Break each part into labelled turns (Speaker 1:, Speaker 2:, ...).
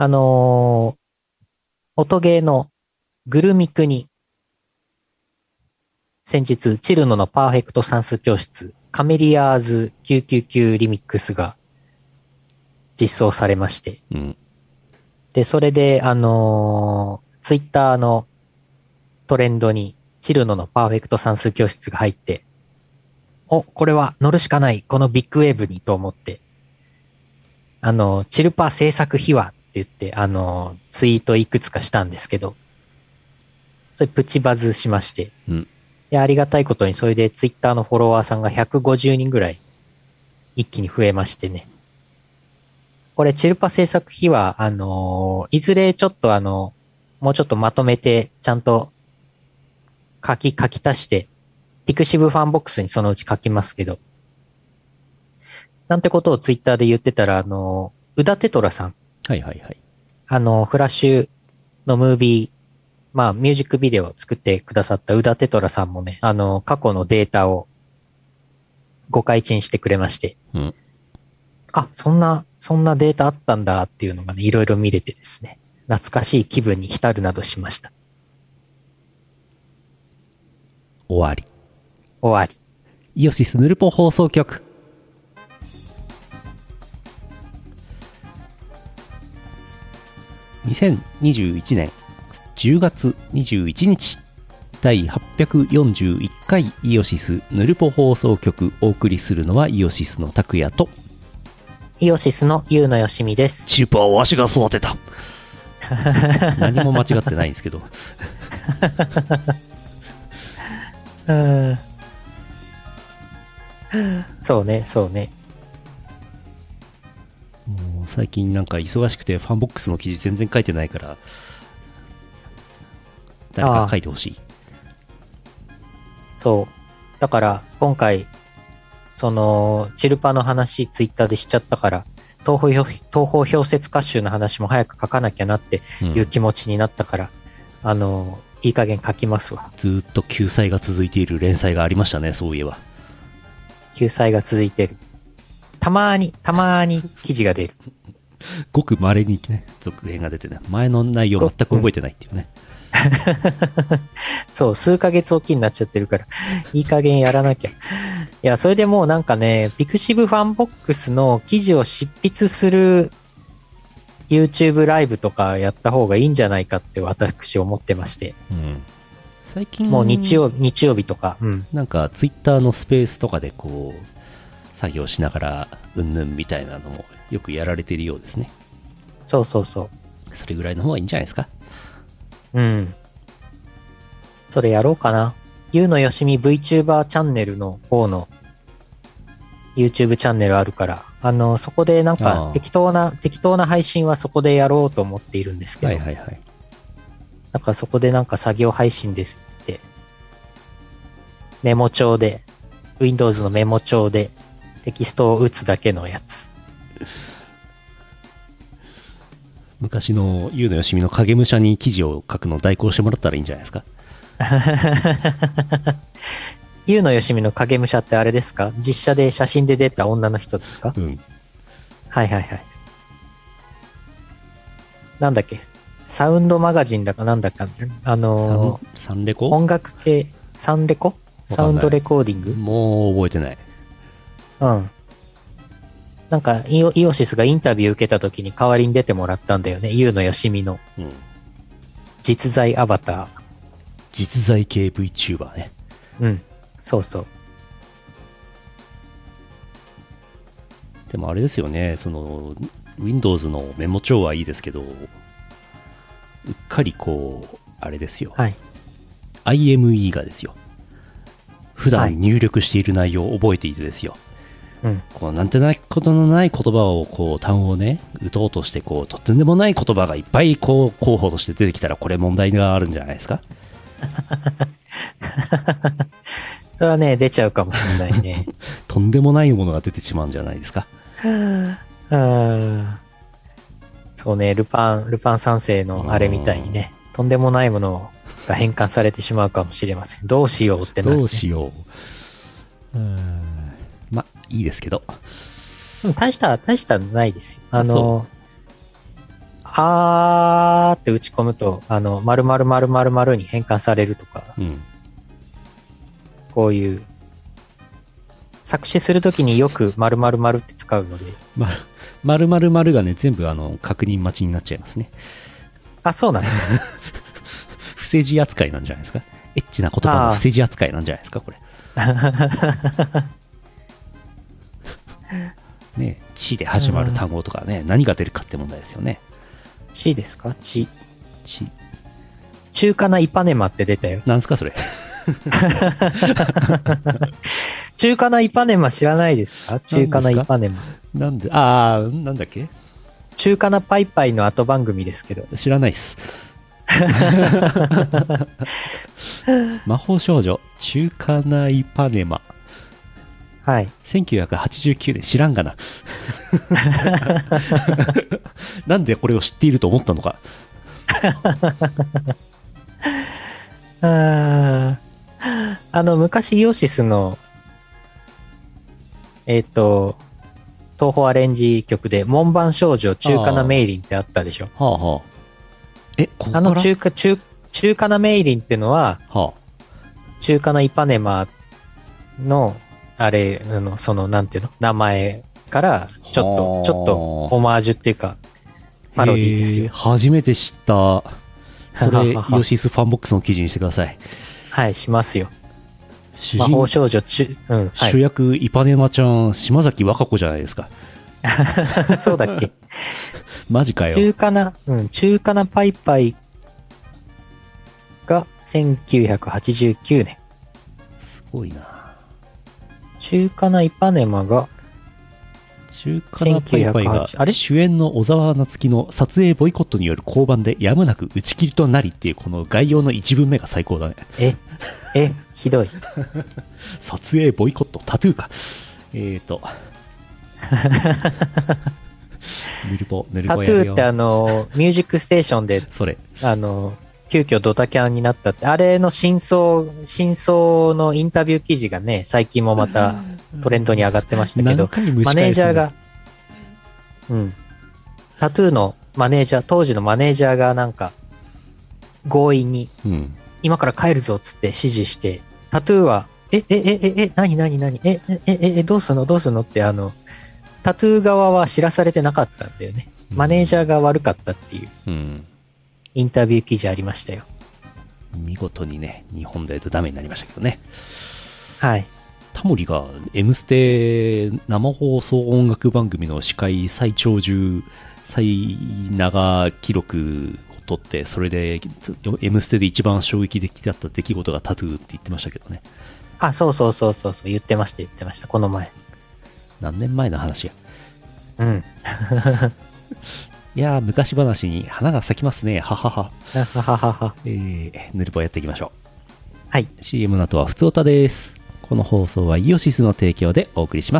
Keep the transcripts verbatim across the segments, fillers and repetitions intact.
Speaker 1: あのー音ゲーのグルミクに先日、チルノのパーフェクト算数教室、カメリアーズきゅうきゅうきゅうリミックスが実装されまして、
Speaker 2: うん。
Speaker 1: で、それで、あのーツイッターのトレンドに、チルノのパーフェクト算数教室が入って、お、これは乗るしかない、このビッグウェーブにと思って、あの、チルパ制作秘話って言って、あの、ツイートいくつかしたんですけど、それプチバズしまして、
Speaker 2: うん。
Speaker 1: で、ありがたいことに、それでツイッターのフォロワーさんがひゃくごじゅうにんぐらい一気に増えましてね。これ、チルパ制作費は、あのーいずれちょっとあの、もうちょっとまとめて、ちゃんと書き、書き足して、ピクシブファンボックスにそのうち書きますけど、なんてことをツイッターで言ってたら、あのー、宇田テトラさん、
Speaker 2: はいはいはい。
Speaker 1: あのー、フラッシュのムービー、まあ、ミュージックビデオを作ってくださった宇田テトラさんもね、あのー、過去のデータをご開陳してくれまして、
Speaker 2: うん。
Speaker 1: あ、そんな、そんなデータあったんだっていうのがね、いろいろ見れてですね、懐かしい気分に浸るなどしました。
Speaker 2: 終わり。
Speaker 1: 終わり。
Speaker 2: イオシスヌルポ放送局。にせんにじゅういちねんじゅうがつにじゅういちにち、第はっぴゃくよんじゅういっかいイオシスヌルポ放送局。お送りするのはイオシスの拓也と、
Speaker 1: イオシスのユウのよしみです。
Speaker 2: チルパはわしが育てた。何も間違ってないんですけど。
Speaker 1: うんそうね、そうね。
Speaker 2: もう最近なんか忙しくてファンボックスの記事全然書いてないから、誰か書いてほしい。
Speaker 1: そう。だから、今回、その、チルパの話、ツイッターでしちゃったから、東方表東方表説歌集の話も早く書かなきゃなっていう気持ちになったから、うん、あの、いい加減書きますわ。
Speaker 2: ずーっと救済が続いている連載がありましたね、そういえば。
Speaker 1: 救済が続いてる。たまーに、たまーに記事が出る。
Speaker 2: ごく稀にね、続編が出てね、前の内容全く覚えてないっていうね。
Speaker 1: うん、そう、数ヶ月おきになっちゃってるから、いい加減やらなきゃ。いや、それでもうなんかね、ピクシブファンボックスの記事を執筆する YouTube ライブとかやった方がいいんじゃないかって私思ってまして。
Speaker 2: うん。最近
Speaker 1: もう日曜日曜日とか、うん、
Speaker 2: なんかツイッターのスペースとかでこう作業しながらうんぬんみたいなのもよくやられているようですね。
Speaker 1: そうそうそう。
Speaker 2: それぐらいの方がいいんじゃないですか。
Speaker 1: うん。それやろうかな。ゆうのよしみ VTuber チャンネルの方の YouTube チャンネルあるから、あの、そこでなんか適当な、適当な配信はそこでやろうと思っているんですけど。
Speaker 2: はいはいはい。
Speaker 1: なんかそこでなんか作業配信ですって、メモ帳で、Windows のメモ帳でテキストを打つだけのやつ。
Speaker 2: 昔のゆうのよしみの影武者に記事を書くのを代行してもらったらいいんじゃないですか。
Speaker 1: ゆうのよしみの影武者ってあれですか？実写で写真で出た女の人ですか？
Speaker 2: うん。
Speaker 1: はいはいはい。なんだっけ？サウンドマガジンだかなんだか、あのー、
Speaker 2: サンレコ？
Speaker 1: 音楽系、サンレコ？サウンドレコーディング？
Speaker 2: もう覚えてない。
Speaker 1: うん。なんかイオ、イオシスがインタビュー受けた時に代わりに出てもらったんだよね。ゆうのよしみの。
Speaker 2: うん。
Speaker 1: 実在アバター。
Speaker 2: 実在系 VTuber ね。
Speaker 1: うん。そうそう。
Speaker 2: でもあれですよね、その、Windows のメモ帳はいいですけど、うっかりこう、あれですよ。
Speaker 1: はい。
Speaker 2: アイエムイー がですよ。普段入力している内容を覚えていてですよ。
Speaker 1: うん。
Speaker 2: こうなんてないことのない言葉をこう単語をね打とうとしてこうとってでもない言葉がいっぱいこう候補として出てきたらこれ問題があるんじゃないですか。
Speaker 1: それはね出ちゃうかもしれないね。
Speaker 2: とんでもないものが出てしまうんじゃないですか。
Speaker 1: あそうねルパンルパン三世のあれみたいにねとんでもないものが変換されてしまうかもしれません。どうしようってなる、ね、
Speaker 2: どうしよう。うーんまいいですけど。
Speaker 1: 大した大したないですよ。あのあーって打ち込むと、あの、〇〇〇〇〇に変換されるとか、
Speaker 2: うん。
Speaker 1: こういう、作詞するときによく〇〇〇って使うので。
Speaker 2: ま、〇〇〇がね、全部あの、確認待ちになっちゃいますね。
Speaker 1: あ、そうなんですね。
Speaker 2: 不正字扱いなんじゃないですか。エッチな言葉の不正字扱いなんじゃないですか、これ。ね、地で始まる単語とかね、何が出るかって問題ですよね。
Speaker 1: 地ですか？地。
Speaker 2: 地。
Speaker 1: 中華なイパネマって出たよ。
Speaker 2: なんすか、それ。
Speaker 1: 中華なイパネマ知らないですか？中華なイパネマ。
Speaker 2: なんで、ああ、なんだっけ？
Speaker 1: 中華なパイパイの後番組ですけど。
Speaker 2: 知らないっす。魔法少女、中華なイパネマ。
Speaker 1: はい。
Speaker 2: せんきゅうひゃくはちじゅうきゅうねん知らんがな。なんでこれを知っていると思ったのか。
Speaker 1: ああの、昔イオシスの、えっ、と、東宝アレンジ曲で、門番少女中華なメイリンってあったでしょ。
Speaker 2: はあはあ。え、ここから
Speaker 1: あの中華、中、中華なメイリンってのは、
Speaker 2: はあ、
Speaker 1: 中華なイパネマの、あれ、あの、その、なんていうの名前から、ちょっと、
Speaker 2: はあ
Speaker 1: ちょっと、オマージュっていうか、パロディですよ。
Speaker 2: へー初めて知った。それ、イ
Speaker 1: ははは
Speaker 2: オシスファンボックスの記事にしてください。
Speaker 1: はい、しますよ。
Speaker 2: 主
Speaker 1: 魔法
Speaker 2: 人
Speaker 1: 少女中、うん、はい
Speaker 2: 主。役、イパネマちゃん、島崎和歌子じゃないですか。
Speaker 1: そうだっけ。
Speaker 2: マジかよ。
Speaker 1: 中華な、うん、中華なパイパイがせんきゅうひゃくはちじゅうきゅうねん。
Speaker 2: すごいな。
Speaker 1: 中華なイパネマが、
Speaker 2: 中華なパイパイが
Speaker 1: あれ
Speaker 2: 主演の小沢夏樹の撮影ボイコットによる降板でやむなく打ち切りとなりっていうこの概要の一文目が最高だね。
Speaker 1: え、え、ひどい。
Speaker 2: 撮影ボイコット、タトゥーか。えーと。ヌルポ、ヌル
Speaker 1: タ
Speaker 2: ポやるよ。
Speaker 1: トゥーってあの、ミュージックステーションで、
Speaker 2: それ。
Speaker 1: あの、急遽ドタキャンになったって、あれの真相、真相のインタビュー記事がね、最近もまたトレンドに上がってましたけど、マネージャーが、うん。タトゥーのマネージャー、当時のマネージャーがなんか、強引に、
Speaker 2: うん。
Speaker 1: 今から帰るぞっつって指示して、タトゥーは、え、え、え、え、え、なになになにえ、え、え、え、どうすんのどうすんのってあの、タトゥー側は知らされてなかったんだよね。マネージャーが悪かったっていう
Speaker 2: うん。
Speaker 1: インタビュー記事ありましたよ。
Speaker 2: 見事にね、日本でダメになりましたけどね。
Speaker 1: はい。
Speaker 2: タモリが M ステ生放送音楽番組の司会最長寿、最長記録を取って、それで M ステで一番衝撃的だった出来事がタトゥーって言ってましたけどね。
Speaker 1: あ、そうそうそうそうそう、言ってました言ってました、この前。
Speaker 2: 何年前の話や。
Speaker 1: うん。
Speaker 2: いやー、昔話に花が咲きますね。ははは。
Speaker 1: はははは。
Speaker 2: えー、ヌルポやっていきましょう。
Speaker 1: はい。
Speaker 2: シーエム の後はふつおたです。この放送はイオシスの提供でお送りします。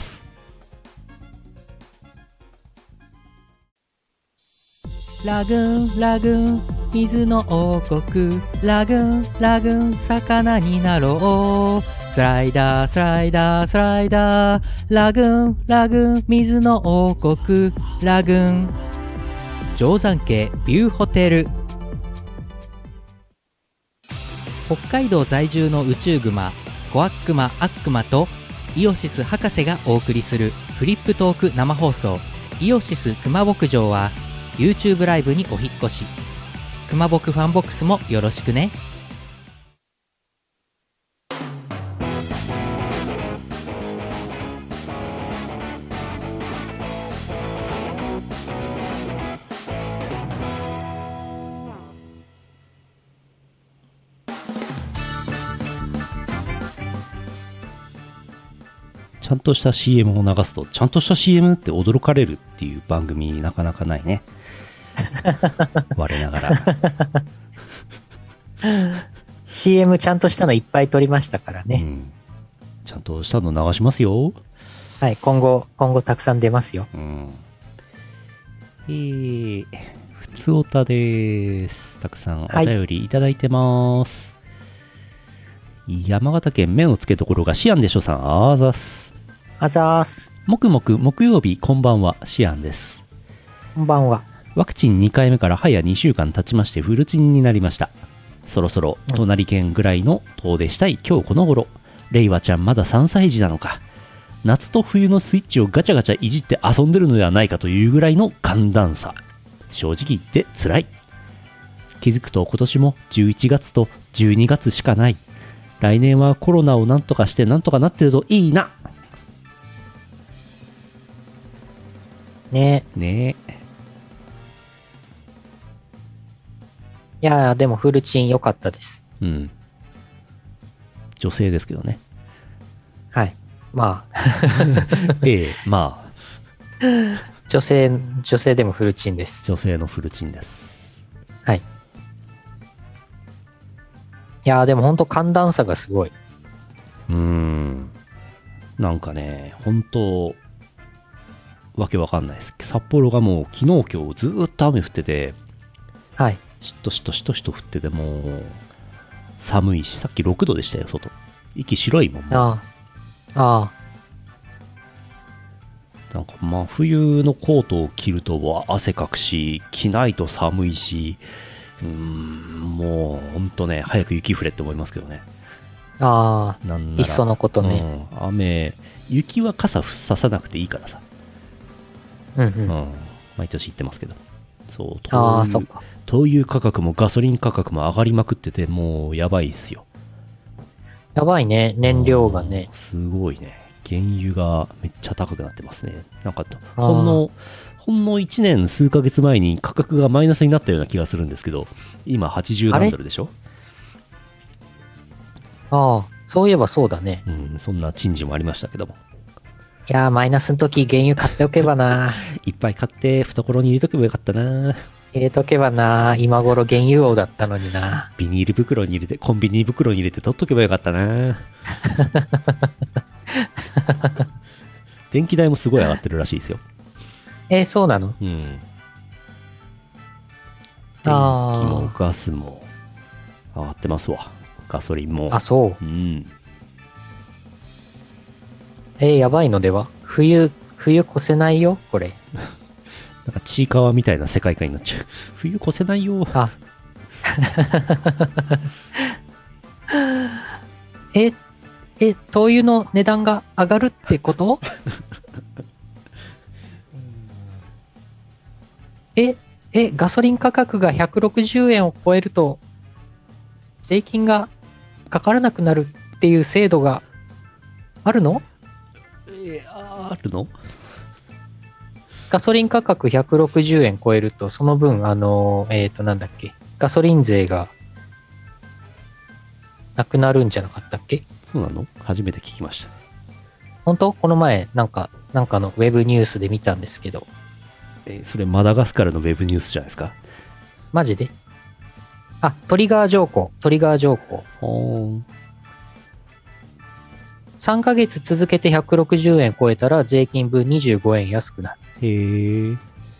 Speaker 1: ラグーンラグーン水の王国、ラグーンラグーン魚になろう、スライダースライダースライダー、ラグーンラグーン水の王国、ラグーン定山渓ビューホテル。北海道在住の宇宙グマコアックマアックマとイオシス博士がお送りするフリップトーク生放送、イオシス熊牧場は YouTube ライブにお引っ越し。熊牧ファンボックスもよろしくね。
Speaker 2: ちゃんとした シーエム を流すと、ちゃんとした シーエム って驚かれるっていう番組なかなかないね。我ながら。
Speaker 1: シーエム ちゃんとしたのいっぱい撮りましたからね。
Speaker 2: うん。ちゃんとしたの流しますよ。
Speaker 1: はい、今後、今後たくさん出ますよ。
Speaker 2: うん。えー、ふつおたです。たくさんお便りいただいてます。はい、山形県目の付けどころがシアンでしょさん、あーざす。
Speaker 1: あざーす。
Speaker 2: もくもく木曜日こんばんは、シアンです。
Speaker 1: こんばんは。
Speaker 2: ワクチンにかいめから早にしゅうかん経ちましてフルチンになりました。そろそろ隣県ぐらいの遠出したい今日この頃。レイワちゃんまださんさい児なのか。夏と冬のスイッチをガチャガチャいじって遊んでるのではないかというぐらいの寒暖差。正直言って辛い。気づくと今年もじゅういちがつとじゅうにがつしかない。来年はコロナをなんとかしてなんとかなってるといいな。
Speaker 1: ね
Speaker 2: ねえ。
Speaker 1: いやーでもフルチン良かったです。
Speaker 2: うん。女性ですけどね。
Speaker 1: はい。まあ。
Speaker 2: ええ、まあ。
Speaker 1: 女性、女性でもフルチンです。
Speaker 2: 女性のフルチンです。
Speaker 1: はい。いやーでも本当寒暖差がすごい。
Speaker 2: うーん。なんかね、本当わけわかんないです。札幌がもう昨日今日ずーっと雨降ってて、
Speaker 1: はい。
Speaker 2: しとしとしとしと降っててもう寒いし、さっきろくどでしたよ、外。息白いもん。
Speaker 1: ああ。ああ。
Speaker 2: なんか真冬のコートを着ると汗かくし、着ないと寒いし、うーん、もうほんとね、早く雪降れって思いますけどね。
Speaker 1: ああ。
Speaker 2: なんなら
Speaker 1: いっそのことね。
Speaker 2: うん、雨、雪は傘ささなくていいからさ。
Speaker 1: うんうん。
Speaker 2: うん、毎年言ってますけど。そう、
Speaker 1: ああ、
Speaker 2: 灯油
Speaker 1: そっか。
Speaker 2: 灯油価格もガソリン価格も上がりまくってて、もうやばいですよ。
Speaker 1: やばいね、燃料がね
Speaker 2: うん。すごいね。原油がめっちゃ高くなってますね。なんか、ほんの、ほんのいちねん数ヶ月前に価格がマイナスになったような気がするんですけど、今はちじゅうなんドルでしょ。
Speaker 1: ああ、そういえばそうだね。
Speaker 2: うん、そんな珍事もありましたけども。
Speaker 1: いやー、マイナスの時原油買っておけばな。
Speaker 2: いっぱい買って懐に入れとけばよかったな。
Speaker 1: 入れとけばな。今頃原油王だったのにな。
Speaker 2: ビニール袋に入れて、コンビニ袋に入れて取っとけばよかったな。電気代もすごい上がってるらしいですよ。
Speaker 1: えー、そうなの？
Speaker 2: うん。電気
Speaker 1: あ
Speaker 2: もガスも上がってますわ。ガソリンも。
Speaker 1: あ、そう。
Speaker 2: うん。
Speaker 1: えー、やばいのでは？冬、冬越せないよ、これ。
Speaker 2: なんかちいかわみたいな世界観になっちゃう。冬越せないよ。
Speaker 1: あ。え、え、灯油の値段が上がるってことえ、え、ガソリン価格がひゃくろくじゅうえんを超えると、税金がかからなくなるっていう制度があるの？
Speaker 2: えー、あるの？
Speaker 1: ガソリン価格ひゃくろくじゅうえん超えると、その分、あの、えっと、なんだっけ、ガソリン税がなくなるんじゃなかったっけ？
Speaker 2: そうなの？初めて聞きました。
Speaker 1: 本当？この前、なんか、なんかのウェブニュースで見たんですけど。
Speaker 2: えー、それマダガスカルのウェブニュースじゃないですか？
Speaker 1: マジで？あ、トリガー条項、トリガー条項。
Speaker 2: ほーん。
Speaker 1: さんかげつ続けてひゃくろくじゅうえん超えたら税金分にじゅうごえん安くなる。
Speaker 2: へえ。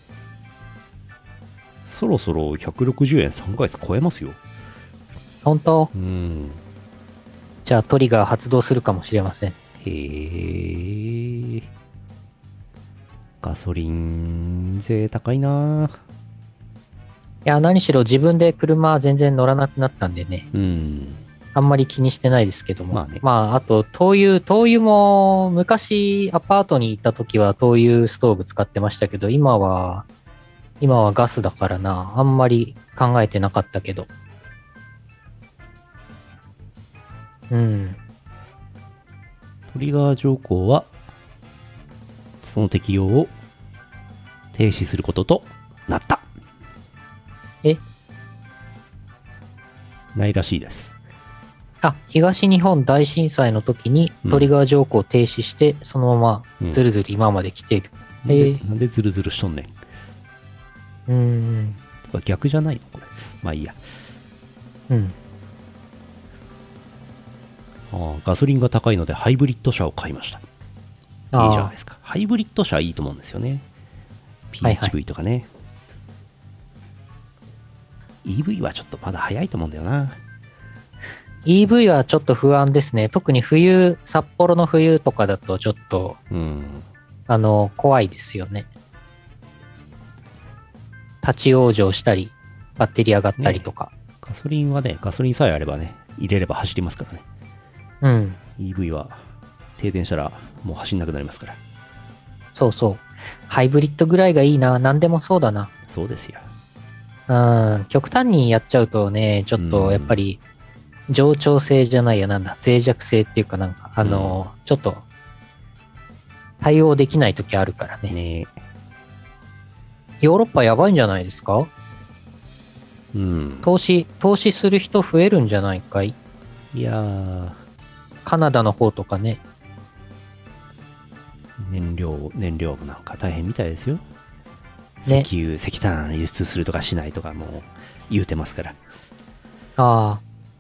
Speaker 2: そろそろひゃくろくじゅうえんさんかげつ超えますよ。
Speaker 1: 本当？
Speaker 2: うん。
Speaker 1: じゃあトリガー発動するかもしれません。
Speaker 2: へえ。ガソリン税高いな。
Speaker 1: いや、何しろ自分で車全然乗らなくなったんでね。
Speaker 2: うん。
Speaker 1: あんまり気にしてないですけども。
Speaker 2: まあね。
Speaker 1: まあ、あと、灯油、灯油も、昔アパートに行った時は灯油ストーブ使ってましたけど、今は、今はガスだからな。あんまり考えてなかったけど。うん。
Speaker 2: トリガー条項は、その適用を停止することとなった。
Speaker 1: え？
Speaker 2: ないらしいです。
Speaker 1: あ、東日本大震災の時にトリガー条項を停止して、そのままずるずる今まで来ている。
Speaker 2: うん、
Speaker 1: え
Speaker 2: なんで、なんでずるずるしとんねん。
Speaker 1: うーん。
Speaker 2: とか逆じゃないのこれ。まあいいや。
Speaker 1: うん。
Speaker 2: ああ、ガソリンが高いのでハイブリッド車を買いました。いいじゃないですか。ハイブリッド車いいと思うんですよね。ピーエイチブイ とかね。イーブイ はちょっとまだ早いと思うんだよな。
Speaker 1: イーブイ はちょっと不安ですね。特に冬、札幌の冬とかだとちょっと、
Speaker 2: うん、
Speaker 1: あの、怖いですよね。 立ち往生したり、バッテリー上がったりとか。
Speaker 2: ね、ガソリンはね、ガソリンさえあればね、入れれば走りますからね。
Speaker 1: うん。
Speaker 2: イーブイ は停電したらもう走んなくなりますから。
Speaker 1: そうそう。ハイブリッドぐらいがいいな。何でもそうだな。
Speaker 2: そうですよ。
Speaker 1: うん。極端にやっちゃうとね、ちょっとやっぱり、冗長性じゃないや、なんだ、脆弱性っていうかなんか、あの、うん、ちょっと、対応できない時あるからね。
Speaker 2: ね。
Speaker 1: ヨーロッパやばいんじゃないですか？
Speaker 2: うん。
Speaker 1: 投資、投資する人増えるんじゃないかい？
Speaker 2: いやー。
Speaker 1: カナダの方とかね。
Speaker 2: 燃料、燃料もなんか大変みたいですよ。ね、石油、石炭輸出するとかしないとかもう言うてますから。
Speaker 1: ああ。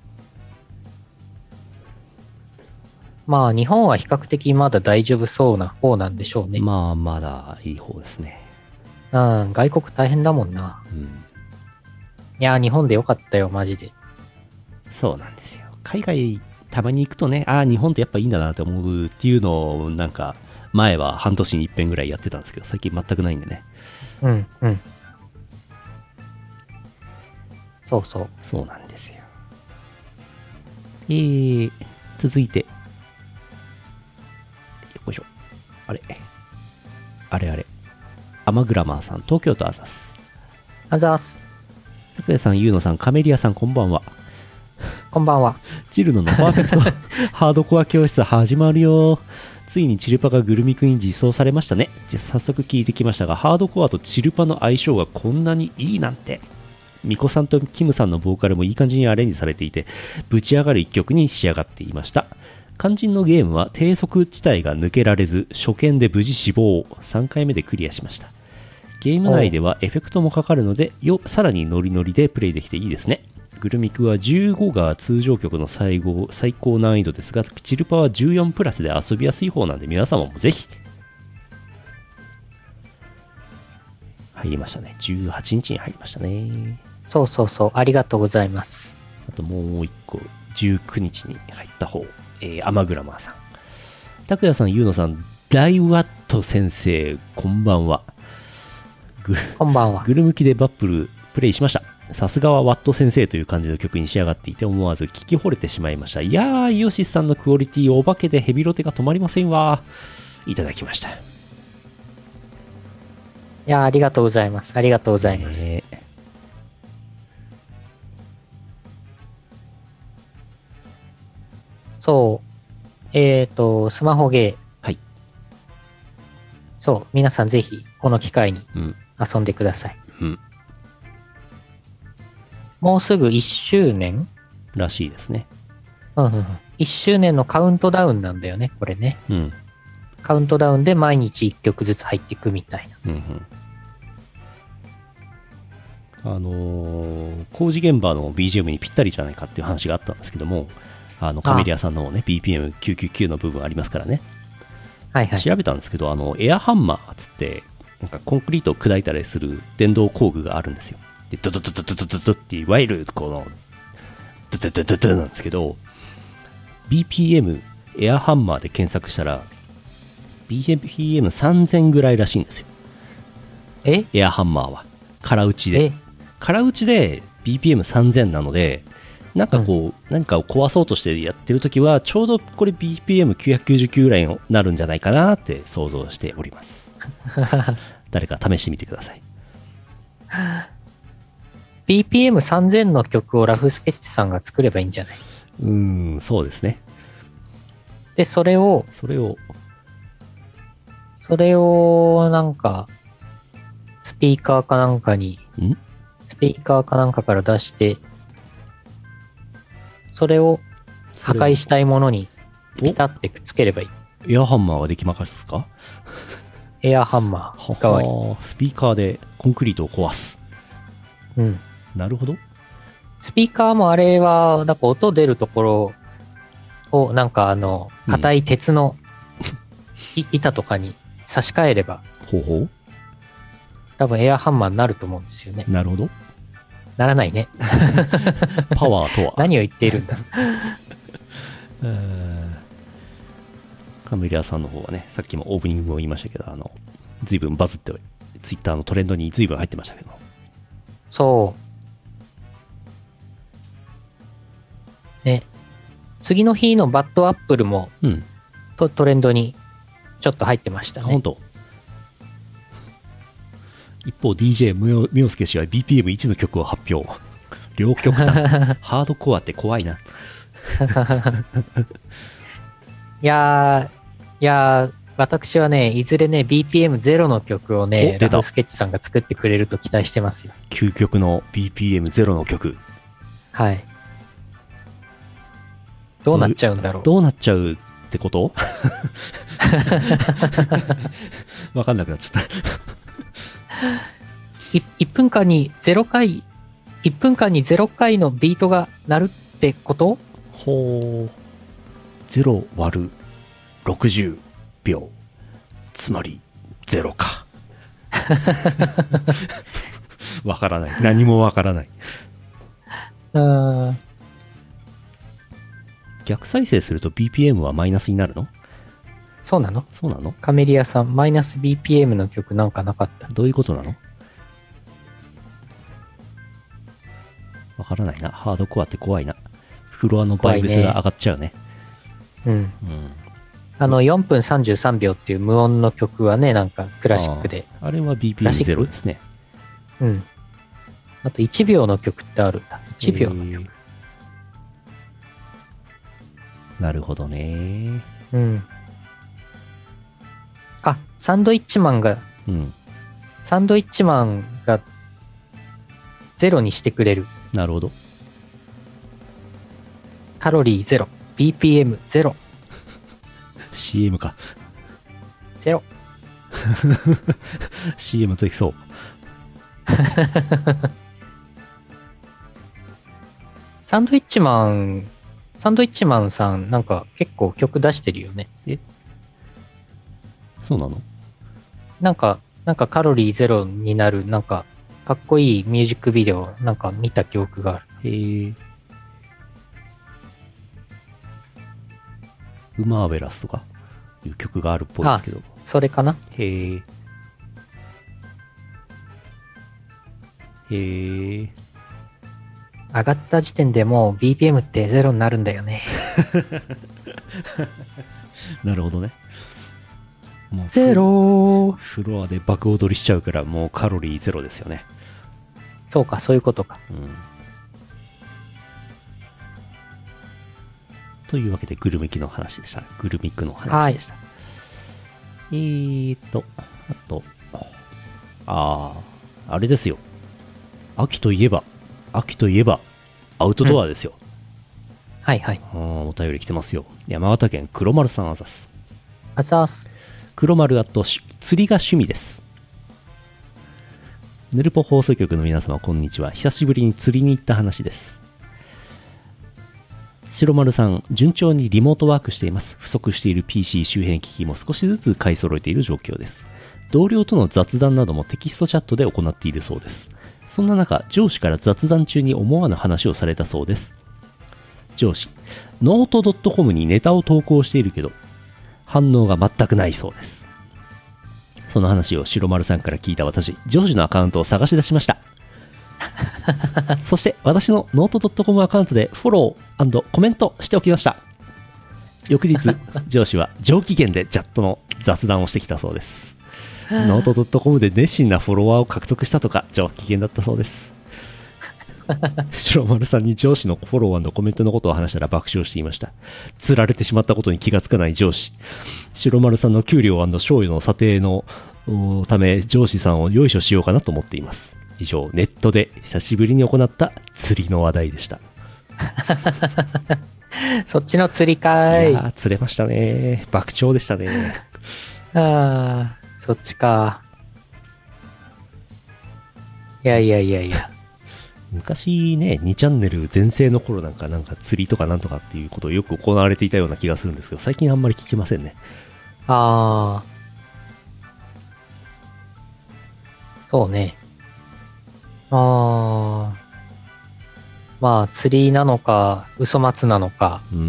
Speaker 1: まあ日本は比較的まだ大丈夫そうな方なんでしょうね。
Speaker 2: まあまだいい方ですね。
Speaker 1: うん、外国大変だもんな。
Speaker 2: うん。い
Speaker 1: やー、日本でよかったよ、マジで。
Speaker 2: そうなんですよ。海外たまに行くとね、ああ、日本ってやっぱいいんだなって思うっていうのをなんか、前は半年に一遍ぐらいやってたんですけど、最近全くないんでね。
Speaker 1: うん、うん。そうそう。
Speaker 2: そうなんですよ。えー、続いて。よいしょ。あれ。あれあれ。アマグラマーさん、東京都アザス。
Speaker 1: アザス。
Speaker 2: 拓也さん、ユーノさん、カメリアさん、こんばんは。
Speaker 1: こんばんは。
Speaker 2: チルノのパーフェクトハードコア教室始まるよ。ついにチルパがグルミクに実装されましたね。早速聞いてきましたが、ハードコアとチルパの相性がこんなにいいなんて。ミコさんとキムさんのボーカルもいい感じにアレンジされていて、ぶち上がる一曲に仕上がっていました。肝心のゲームは低速地帯が抜けられず、初見で無事死亡。さんかいめでクリアしました。ゲーム内ではエフェクトもかかるので、よさらにノリノリでプレイできていいですね。グルミクはじゅうごが通常曲の最後最高難易度ですが、チルパはじゅうよんプラスで遊びやすい方なんで、皆様もぜひ。入りましたね。じゅうはちにちに入りましたね。
Speaker 1: そうそうそう、ありがとうございます。
Speaker 2: あともう一個、じゅうくにちに入った方、えー、アマグラマーさん。拓也さん、ユーノさん、ダイワット先生、こんばんは。グ
Speaker 1: こんばんは。
Speaker 2: グル向きでバップルプレイしました。さすがはワット先生という感じの曲に仕上がっていて、思わず聞き惚れてしまいました。いやー、イオシスさんのクオリティお化けでヘビロテが止まりませんわ。いただきました。い
Speaker 1: やー、ありがとうございます。ありがとうございます。えー、そう。えっ、ー、と、スマホゲー。
Speaker 2: はい。
Speaker 1: そう。皆さんぜひ、この機会に遊んでください。
Speaker 2: うん。うん
Speaker 1: もうすぐいっしゅうねん
Speaker 2: らしいですね。
Speaker 1: うんうんうん。いっしゅうねんのカウントダウンなんだよね、これね。
Speaker 2: うん。
Speaker 1: カウントダウンで毎日いっきょくずつ入っていくみたいな。
Speaker 2: うんうん。あのー、工事現場の ビージーエム にぴったりじゃないかっていう話があったんですけども、あのカメリアさんのね、ビーピーエムきゅうひゃくきゅうじゅうきゅう の部分ありますからね。
Speaker 1: はいはい。
Speaker 2: 調べたんですけど、あの、エアハンマーっつって、なんかコンクリートを砕いたりする電動工具があるんですよ。でドドドドドドドドっていわゆるこのドドドドドなんですけど、 ビーピーエム エアハンマーで検索したら ビーピーエムさんぜん ぐらいらしいんですよ。
Speaker 1: え
Speaker 2: エアハンマーは空打ちで空打ちで ビーピーエムさんぜん なので、なんかこう、うん、何かを壊そうとしてやってるときはちょうどこれ ビーピーエムきゅうひゃくきゅうじゅうきゅう ぐらいになるんじゃないかなって想像しております誰か試してみてください
Speaker 1: ビーピーエムさんぜん の曲をラフスケッチさんが作ればいいんじゃない？
Speaker 2: うーん、そうですね。
Speaker 1: で、それを、
Speaker 2: それを、
Speaker 1: それを、なんか、スピーカーかなんかに、
Speaker 2: ん
Speaker 1: スピーカーかなんかから出して、それを破壊したいものにピタってくっつければいい。
Speaker 2: エアハンマーはできまかすか？
Speaker 1: エアハンマー代わり。
Speaker 2: スピーカーでコンクリートを壊す。
Speaker 1: うん。
Speaker 2: なるほど。
Speaker 1: スピーカーもあれは、なんか音出るところを、なんかあの、硬い鉄の、うん、板とかに差し替えれば、
Speaker 2: ほうほう。
Speaker 1: 多分エアハンマーになると思うんですよね。
Speaker 2: なるほど。
Speaker 1: ならないね。
Speaker 2: パワーとは。
Speaker 1: 何を言っているんだ。
Speaker 2: カメリアさんの方はね、さっきもオープニングも言いましたけど、あの、随分バズって、ツイッターのトレンドに随分入ってましたけど。
Speaker 1: そう。ね。次の日のバッドアップルも
Speaker 2: うん。
Speaker 1: トトレンドにちょっと入ってました
Speaker 2: あ、本
Speaker 1: ね。
Speaker 2: 当。一方 ディージェー みょみょうすけ氏は ビーピーエムいち の曲を発表。両極端。ハードコアって怖いな。
Speaker 1: いやー、いやー、私はね、いずれね、ビーピーエムゼロ の曲を
Speaker 2: お
Speaker 1: ね、
Speaker 2: 出た
Speaker 1: ラフスケッチさんが作ってくれると期待してますよ。
Speaker 2: 究極の ビーピーエムゼロ の曲。
Speaker 1: はい。どうなっちゃうんだろう。
Speaker 2: どうなっちゃうってことわかんなくなっちゃった。
Speaker 1: いいっぷんかんにゼロかい、いっぷんかんにゼロかいのビートが鳴るってこと？
Speaker 2: ほう。ゼロ割るろくじゅうびょう。つまりゼロか。わからない。何もわからない。
Speaker 1: うーん。
Speaker 2: 逆再生すると ビーピーエム はマイナスになるの？
Speaker 1: そうなの？
Speaker 2: そうなの？
Speaker 1: カメリアさん、マイナス ビーピーエム の曲なんかなかった？
Speaker 2: どういうことなの？わからないな。ハードコアって怖いな。フロアのバイブスが上がっちゃうね。
Speaker 1: うん。
Speaker 2: うん。
Speaker 1: あの、よんぷんさんじゅうさんびょうっていう無音の曲はね、なんかクラシックで。
Speaker 2: あーあれは ビーピーエムゼロ ですね。
Speaker 1: うん。あといちびょうの曲ってあるんだ。いちびょうの曲。
Speaker 2: えーなるほどね。
Speaker 1: うん。あ、サンドイッチマンが、
Speaker 2: うん。
Speaker 1: サンドイッチマンがゼロにしてくれる。
Speaker 2: なるほど。
Speaker 1: カロリーゼロ、ビーピーエムゼロ、
Speaker 2: シーエム か。
Speaker 1: ゼロ。
Speaker 2: シーエム といきそう。
Speaker 1: サンドイッチマン、サンドイッチマンさんなんか結構曲出してるよね。
Speaker 2: えそうなの？
Speaker 1: なんか、なんかカロリーゼロになる、なんかかっこいいミュージックビデオなんか見た記憶がある。
Speaker 2: へえ。ウマーベラスとかいう曲があるっぽいですけど。
Speaker 1: それかな？
Speaker 2: へえ。へえ。
Speaker 1: 上がった時点でもう ビーピーエム ってゼロになるんだよね。
Speaker 2: なるほどね。もう
Speaker 1: ゼロ。
Speaker 2: フロアで爆踊りしちゃうからもうカロリーゼロですよね。
Speaker 1: そうか、そういうことか。
Speaker 2: うん。というわけでグルメキの話でした。グルミックの話でした。はい、えーと、あと、ああ、あれですよ。秋といえば、秋といえばアウトドアですよ。
Speaker 1: うん、はいはい。
Speaker 2: あお便り来てますよ。山形県黒丸さんあざす。
Speaker 1: あざす。
Speaker 2: 黒丸あと釣りが趣味です。ヌルポ放送局の皆様こんにちは。久しぶりに釣りに行った話です。白丸さん、順調にリモートワークしています。不足している ピーシー 周辺機器も少しずつ買い揃えている状況です。同僚との雑談などもテキストチャットで行っているそうです。そんな中、上司から雑談中に思わぬ話をされたそうです。上司、ノート .com にネタを投稿しているけど、反応が全くないそうです。その話を白丸さんから聞いた私、上司のアカウントを探し出しました。そして私のノート .com アカウントでフォロー&コメントしておきました。翌日、上司は上機嫌でチャットの雑談をしてきたそうです。ノート .com で熱心なフォロワーを獲得したとか上機嫌だったそうです。白丸さんに上司のフォロー&コメントのことを話したら爆笑していました。釣られてしまったことに気がつかない上司。白丸さんの給料&賞与の査定のため上司さんをよいしょしようかなと思っています。以上、ネットで久しぶりに行った釣りの話題でした。
Speaker 1: そっちの釣りかい。
Speaker 2: いやー、釣れましたね。爆笑でしたね。
Speaker 1: ああ、そっちか。いやいやいやいや。
Speaker 2: 昔ね、にチャンネル全盛の頃なんか、なんか釣りとかなんとかっていうことをよく行われていたような気がするんですけど、最近あんまり聞きませんね。
Speaker 1: ああ。そうね。ああ。まあ、釣りなのか、嘘松なのか。
Speaker 2: うん。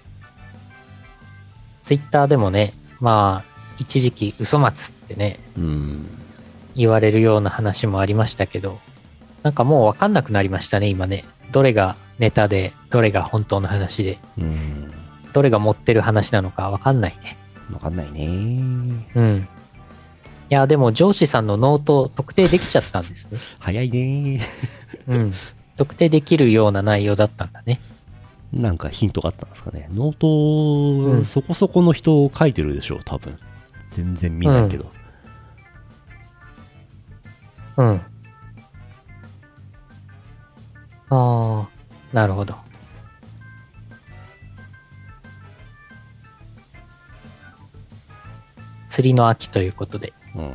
Speaker 1: ツイッターでもね、まあ、一時期嘘松ってね、
Speaker 2: うん。
Speaker 1: 言われるような話もありましたけど、 なんかもうわかんなくなりましたね、今ね。どれがネタで、どれが本当の話で、
Speaker 2: うん。
Speaker 1: どれが持ってる話なのかわかんないね。
Speaker 2: わかんないね。
Speaker 1: うん。いや、でも上司さんのノート特定できちゃったんですね。
Speaker 2: 早いね。
Speaker 1: うん。特定できるような内容だったんだね。
Speaker 2: なんかヒントがあったんですかね。ノート、
Speaker 1: うん
Speaker 2: そこそこの人書いてるでしょう、多分。全然見ないけど。
Speaker 1: うん。ああ、なるほど。釣りの秋ということで。
Speaker 2: うん。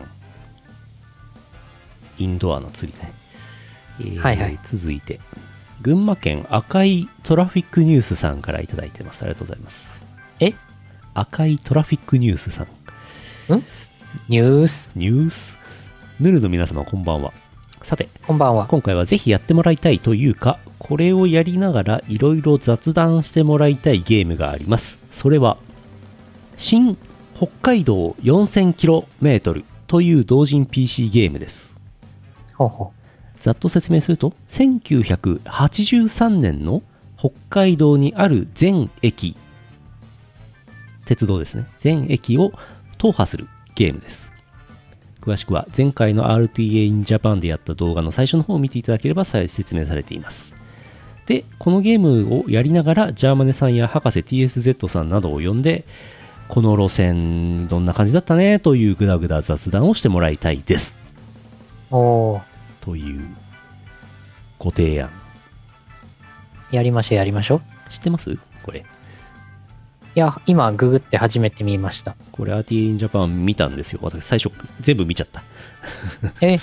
Speaker 2: インドアの釣りね。えー
Speaker 1: はいはい
Speaker 2: 続いて、群馬県赤いトラフィックニュースさんからいただいてます。ありがとうございます。
Speaker 1: え
Speaker 2: 赤いトラフィックニュースさん。
Speaker 1: ニュース、
Speaker 2: ニュースヌルの皆様こんばんは。さて、
Speaker 1: こんばんは。
Speaker 2: 今回はぜひやってもらいたいというか、これをやりながらいろいろ雑談してもらいたいゲームがあります。それは、新北海道 よんせんキロメートル という同人 ピーシー ゲームです。
Speaker 1: ほうほ
Speaker 2: ざっと説明すると、せんきゅうひゃくはちじゅうさんねんの北海道にある全駅、鉄道ですね、全駅を踏破するゲームです。詳しくは前回の アールティーエー in Japan でやった動画の最初の方を見ていただければ説明されています。で、このゲームをやりながら、ジャーマネさんや博士 ティーエスゼット さんなどを呼んで、この路線どんな感じだったねというグダグダ雑談をしてもらいたいです。
Speaker 1: う。おー、
Speaker 2: というご提案。
Speaker 1: やりましょうやりましょう。
Speaker 2: 知ってますこれ。
Speaker 1: いや、今ググって初めて見ました。
Speaker 2: これ アールティーエー in Japan 見たんですよ。私最初全部見ちゃった。
Speaker 1: え、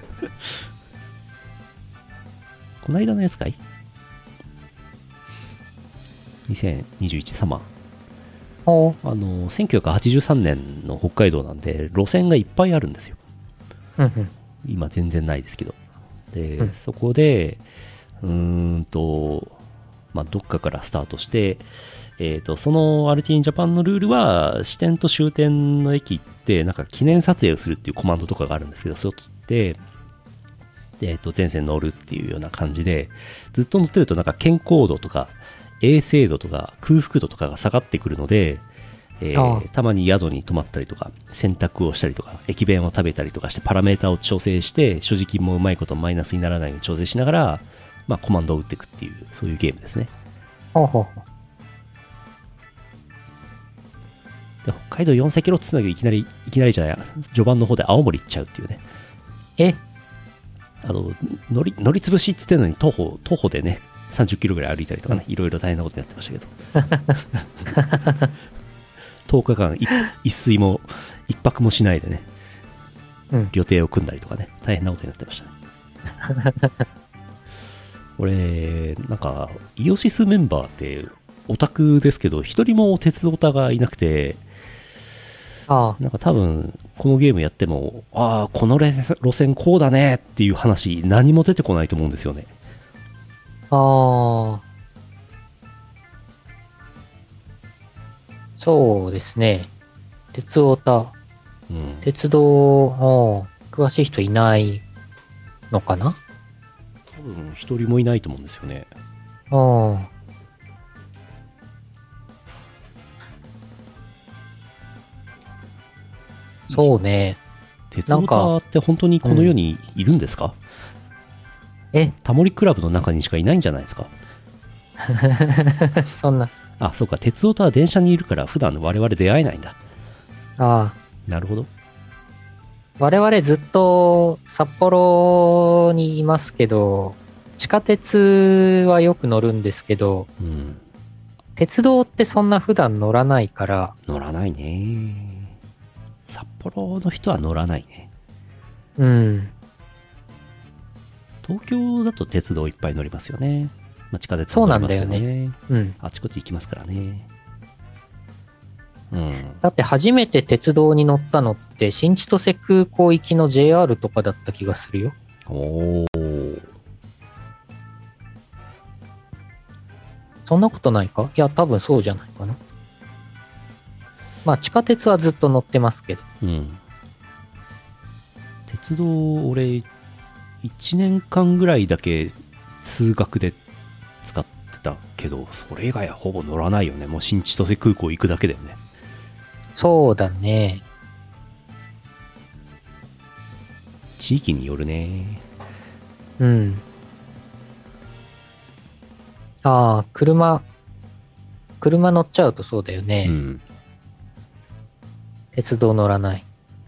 Speaker 2: この間のやつかい ?にせんにじゅういち サマー。
Speaker 1: おー、
Speaker 2: あの、せんきゅうひゃくはちじゅうさんねんの北海道なんで、路線がいっぱいあるんですよ。
Speaker 1: うんうん。
Speaker 2: 今全然ないですけど。で、
Speaker 1: うん
Speaker 2: そこで、うーんと、まあ、どっかからスタートして、えっと、その アールティーエー in Japan のルールは、支点と終点の駅行って、なんか記念撮影をするっていうコマンドとかがあるんですけど、それを取って、でえっと、前線乗るっていうような感じで、ずっと乗ってるとなんか健康度とか、衛生度とか空腹度とかが下がってくるので、えー
Speaker 1: ああ
Speaker 2: たまに宿に泊まったりとか、洗濯をしたりとか、駅弁を食べたりとかして、パラメータを調整して、所持金もうまいことマイナスにならないように調整しながら、まあ、コマンドを打っていくっていう、そういうゲームですね。
Speaker 1: ほうほうほう。
Speaker 2: で、北海道よんせんキロっつうんだけど、いきなり、いきなりじゃない、序盤の方で青森行っちゃうっていうね。
Speaker 1: え、
Speaker 2: あの、乗り、乗り潰しっつってんのに、徒歩、徒歩でね、さんじゅっキロぐらい歩いたりとかね、いろいろ大変なことになってましたけど。とおかかんい一睡も一泊もしないでね、
Speaker 1: うん。
Speaker 2: 予定を組んだりとかね、大変なことになってましたね。俺、なんか、イオシスメンバーってオタクですけど、一人も鉄オタがいなくて、
Speaker 1: あ
Speaker 2: なんか多分、このゲームやっても、ああ、この路線路線こうだねっていう話、何も出てこないと思うんですよね。
Speaker 1: あ、ああ。そうですね。鉄オタ、
Speaker 2: うん。
Speaker 1: 鉄道、ああ、詳しい人いないのかな。
Speaker 2: 多分、一人もいないと思うんですよね。
Speaker 1: ああ。そうね。
Speaker 2: 鉄オタって本当にこの世にいるんですか？
Speaker 1: え、
Speaker 2: タモリクラブの中にしかいないんじゃないですか？
Speaker 1: そんな。
Speaker 2: あ、そうか、鉄オタは電車にいるから普段我々出会えないんだ。
Speaker 1: ああ。
Speaker 2: なるほど。
Speaker 1: 我々ずっと札幌にいますけど、地下鉄はよく乗るんですけど、
Speaker 2: うん。
Speaker 1: 鉄道ってそんな普段乗らないから、
Speaker 2: 乗らないね。札幌の人は乗らないね。
Speaker 1: うん。
Speaker 2: 東京だと鉄道いっぱい乗りますよね。まあ、地下鉄
Speaker 1: そう
Speaker 2: も乗ります
Speaker 1: なんだよ
Speaker 2: けどね。
Speaker 1: うん。
Speaker 2: あちこち行きますからね。うん。
Speaker 1: だって初めて鉄道に乗ったのって新千歳空港行きの ジェイアール とかだった気がするよ。
Speaker 2: おー。
Speaker 1: そんなことないか？いや、多分そうじゃないかな。まあ地下鉄はずっと乗ってますけど。
Speaker 2: うん。鉄道、俺、 いちねんかんぐらいだけ通学で使ってたけど、それ以外はほぼ乗らないよね。もう新千歳空港行くだけだよね。
Speaker 1: そうだね。
Speaker 2: 地域によるね。
Speaker 1: うん。ああ、車、車乗っちゃうとそうだよね。
Speaker 2: うん。
Speaker 1: 鉄道乗らない。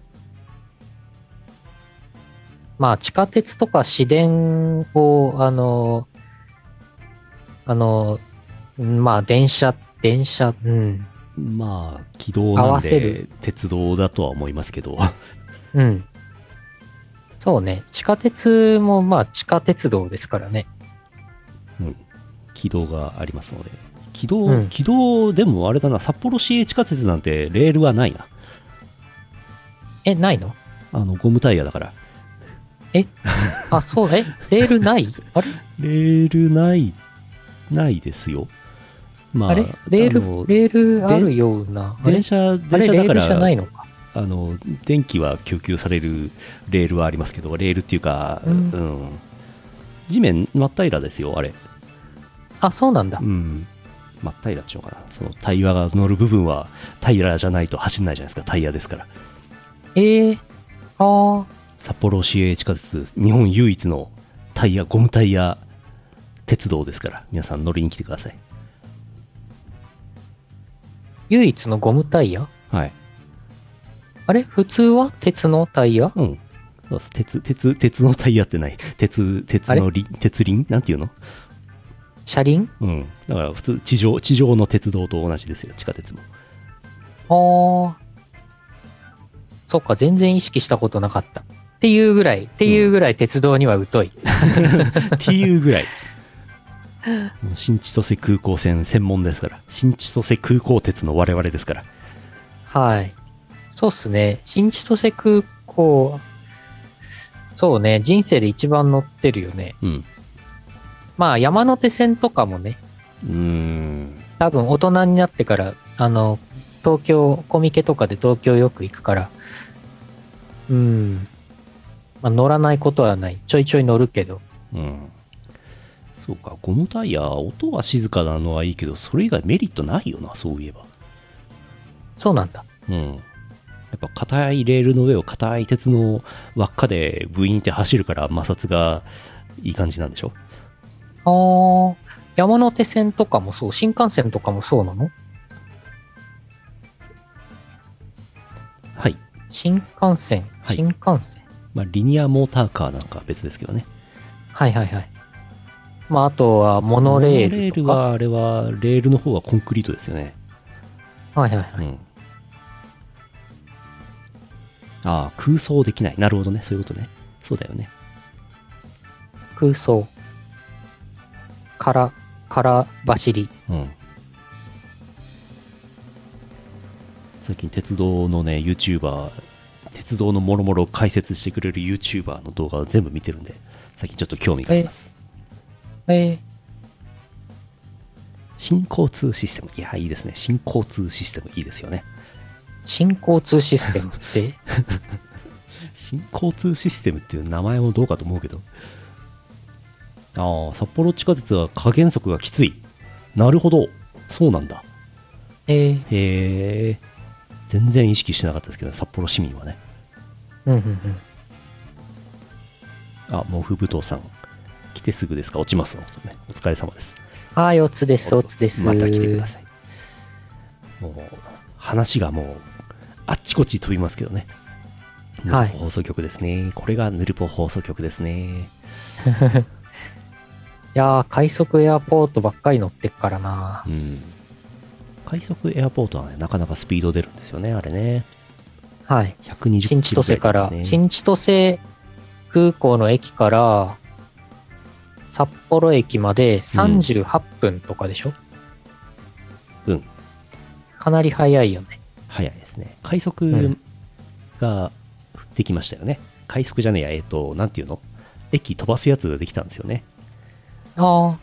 Speaker 1: まあ、地下鉄とか市電を、あの、あの、まあ、電車、電車、うん。
Speaker 2: まあ、軌道
Speaker 1: 合
Speaker 2: なんで
Speaker 1: わせる。
Speaker 2: 鉄道だとは思いますけど。
Speaker 1: うん。そうね。地下鉄も、まあ、地下鉄道ですからね。
Speaker 2: うん。軌道がありますので。軌道、
Speaker 1: うん
Speaker 2: 軌道、でもあれだな、札幌市営地下鉄なんてレールはないな。
Speaker 1: え、ないの？
Speaker 2: あの、ゴムタイヤだから。
Speaker 1: えあ、そう、え、レールないあれ
Speaker 2: レールない、ないですよ。まあ、
Speaker 1: あれレール、
Speaker 2: あの
Speaker 1: レールあるような。あれ
Speaker 2: 電車、
Speaker 1: あ
Speaker 2: 電
Speaker 1: れ
Speaker 2: 車だから
Speaker 1: レールじゃないのか。
Speaker 2: あの電気は供給されるレールはありますけど、レールっていうか、
Speaker 1: う
Speaker 2: うんん、地面真っ平らですよ、あれ。
Speaker 1: あ、そうなんだ
Speaker 2: う。ん、真っ平らっちゅうのかな。そのタイヤが乗る部分は平らじゃないと走んないじゃないですか、タイヤですから。
Speaker 1: ええああ、
Speaker 2: 札幌市営地下鉄、日本唯一のタイヤ、ゴムタイヤ鉄道ですから、皆さん乗りに来てください。
Speaker 1: 唯一のゴムタイヤ？
Speaker 2: はい。
Speaker 1: あれ普通は鉄のタイヤ？
Speaker 2: うん。そうです。鉄、鉄、鉄のタイヤってない。鉄、鉄のり鉄輪なんていうの？
Speaker 1: 車輪？
Speaker 2: うん。だから普通、地上、地上の鉄道と同じですよ、地下鉄も。
Speaker 1: ああ。そっか、全然意識したことなかった。っていうぐらい、っていうぐらい鉄道には疎い。
Speaker 2: っていうぐらい。もう新千歳空港線専門ですから。新千歳空港鉄の我々ですから。
Speaker 1: はい。そうっすね。新千歳空港、そうね、人生で一番乗ってるよね。
Speaker 2: うん。
Speaker 1: まあ、山手線とかもね、
Speaker 2: うーん。
Speaker 1: 多分大人になってから、あの、東京、コミケとかで東京よく行くから、うん。まあ、乗らないことはない。ちょいちょい乗るけど。
Speaker 2: うん。そうか、ゴムタイヤ、音が静かなのはいいけど、それ以外メリットないよな、そういえば。
Speaker 1: そうなんだ。
Speaker 2: うん。やっぱ硬いレールの上を硬い鉄の輪っかでブイーンって走るから摩擦がいい感じなんでしょ？
Speaker 1: ああ、山手線とかもそう、新幹線とかもそうなの？
Speaker 2: はい。
Speaker 1: 新幹線、
Speaker 2: はい
Speaker 1: 新幹線。
Speaker 2: まあ、リニアモーターカーなんかは別ですけどね。
Speaker 1: はいはいはい。まあ、あとはモノレールとか。
Speaker 2: モノレールは、あれは、レールの方はコンクリートですよね。
Speaker 1: はいはいはい。
Speaker 2: うん。ああ、空想できない。なるほどね。そういうことね。そうだよね。
Speaker 1: 空想。から、から走り。
Speaker 2: うん。最近鉄道のね、YouTuber、鉄道のもろもろ解説してくれる YouTuber の動画を全部見てるんで、最近ちょっと興味があります。
Speaker 1: えー、
Speaker 2: 新交通システム。いや、いいですね。新交通システムいいですよね。
Speaker 1: 新交通システムって
Speaker 2: 新交通システムっていう名前もどうかと思うけど。ああ、札幌地下鉄は加減速がきつい。なるほど。そうなんだ。
Speaker 1: えー、
Speaker 2: へえ。全然意識してなかったですけど、札幌市民はね。
Speaker 1: うんうんうん。
Speaker 2: あ、毛布武藤さん。来てすぐですか？落ちますのことね。お疲れ様です。
Speaker 1: ああ、四つです、四つです。
Speaker 2: また来てください。もう、話がもう、あっちこっち飛びますけどね。
Speaker 1: はい
Speaker 2: ヌルポ放送局ですね。これがヌルポ放送局ですね。
Speaker 1: いやー、快速エアポートばっかり乗ってっからな。
Speaker 2: うん。快速エアポートはね、なかなかスピード出るんですよね、あれね。
Speaker 1: はい。
Speaker 2: ひゃくにじゅ
Speaker 1: 新
Speaker 2: っキロ
Speaker 1: 千歳から、
Speaker 2: ですね。
Speaker 1: 新千歳空港の駅から札幌駅までさんじゅうはっぷんとかでしょ？
Speaker 2: うん。
Speaker 1: かなり早いよね。
Speaker 2: 早いですね。快速ができましたよね。快速じゃねえや、えっと、なんていうの？駅飛ばすやつができたんですよね。
Speaker 1: ああ、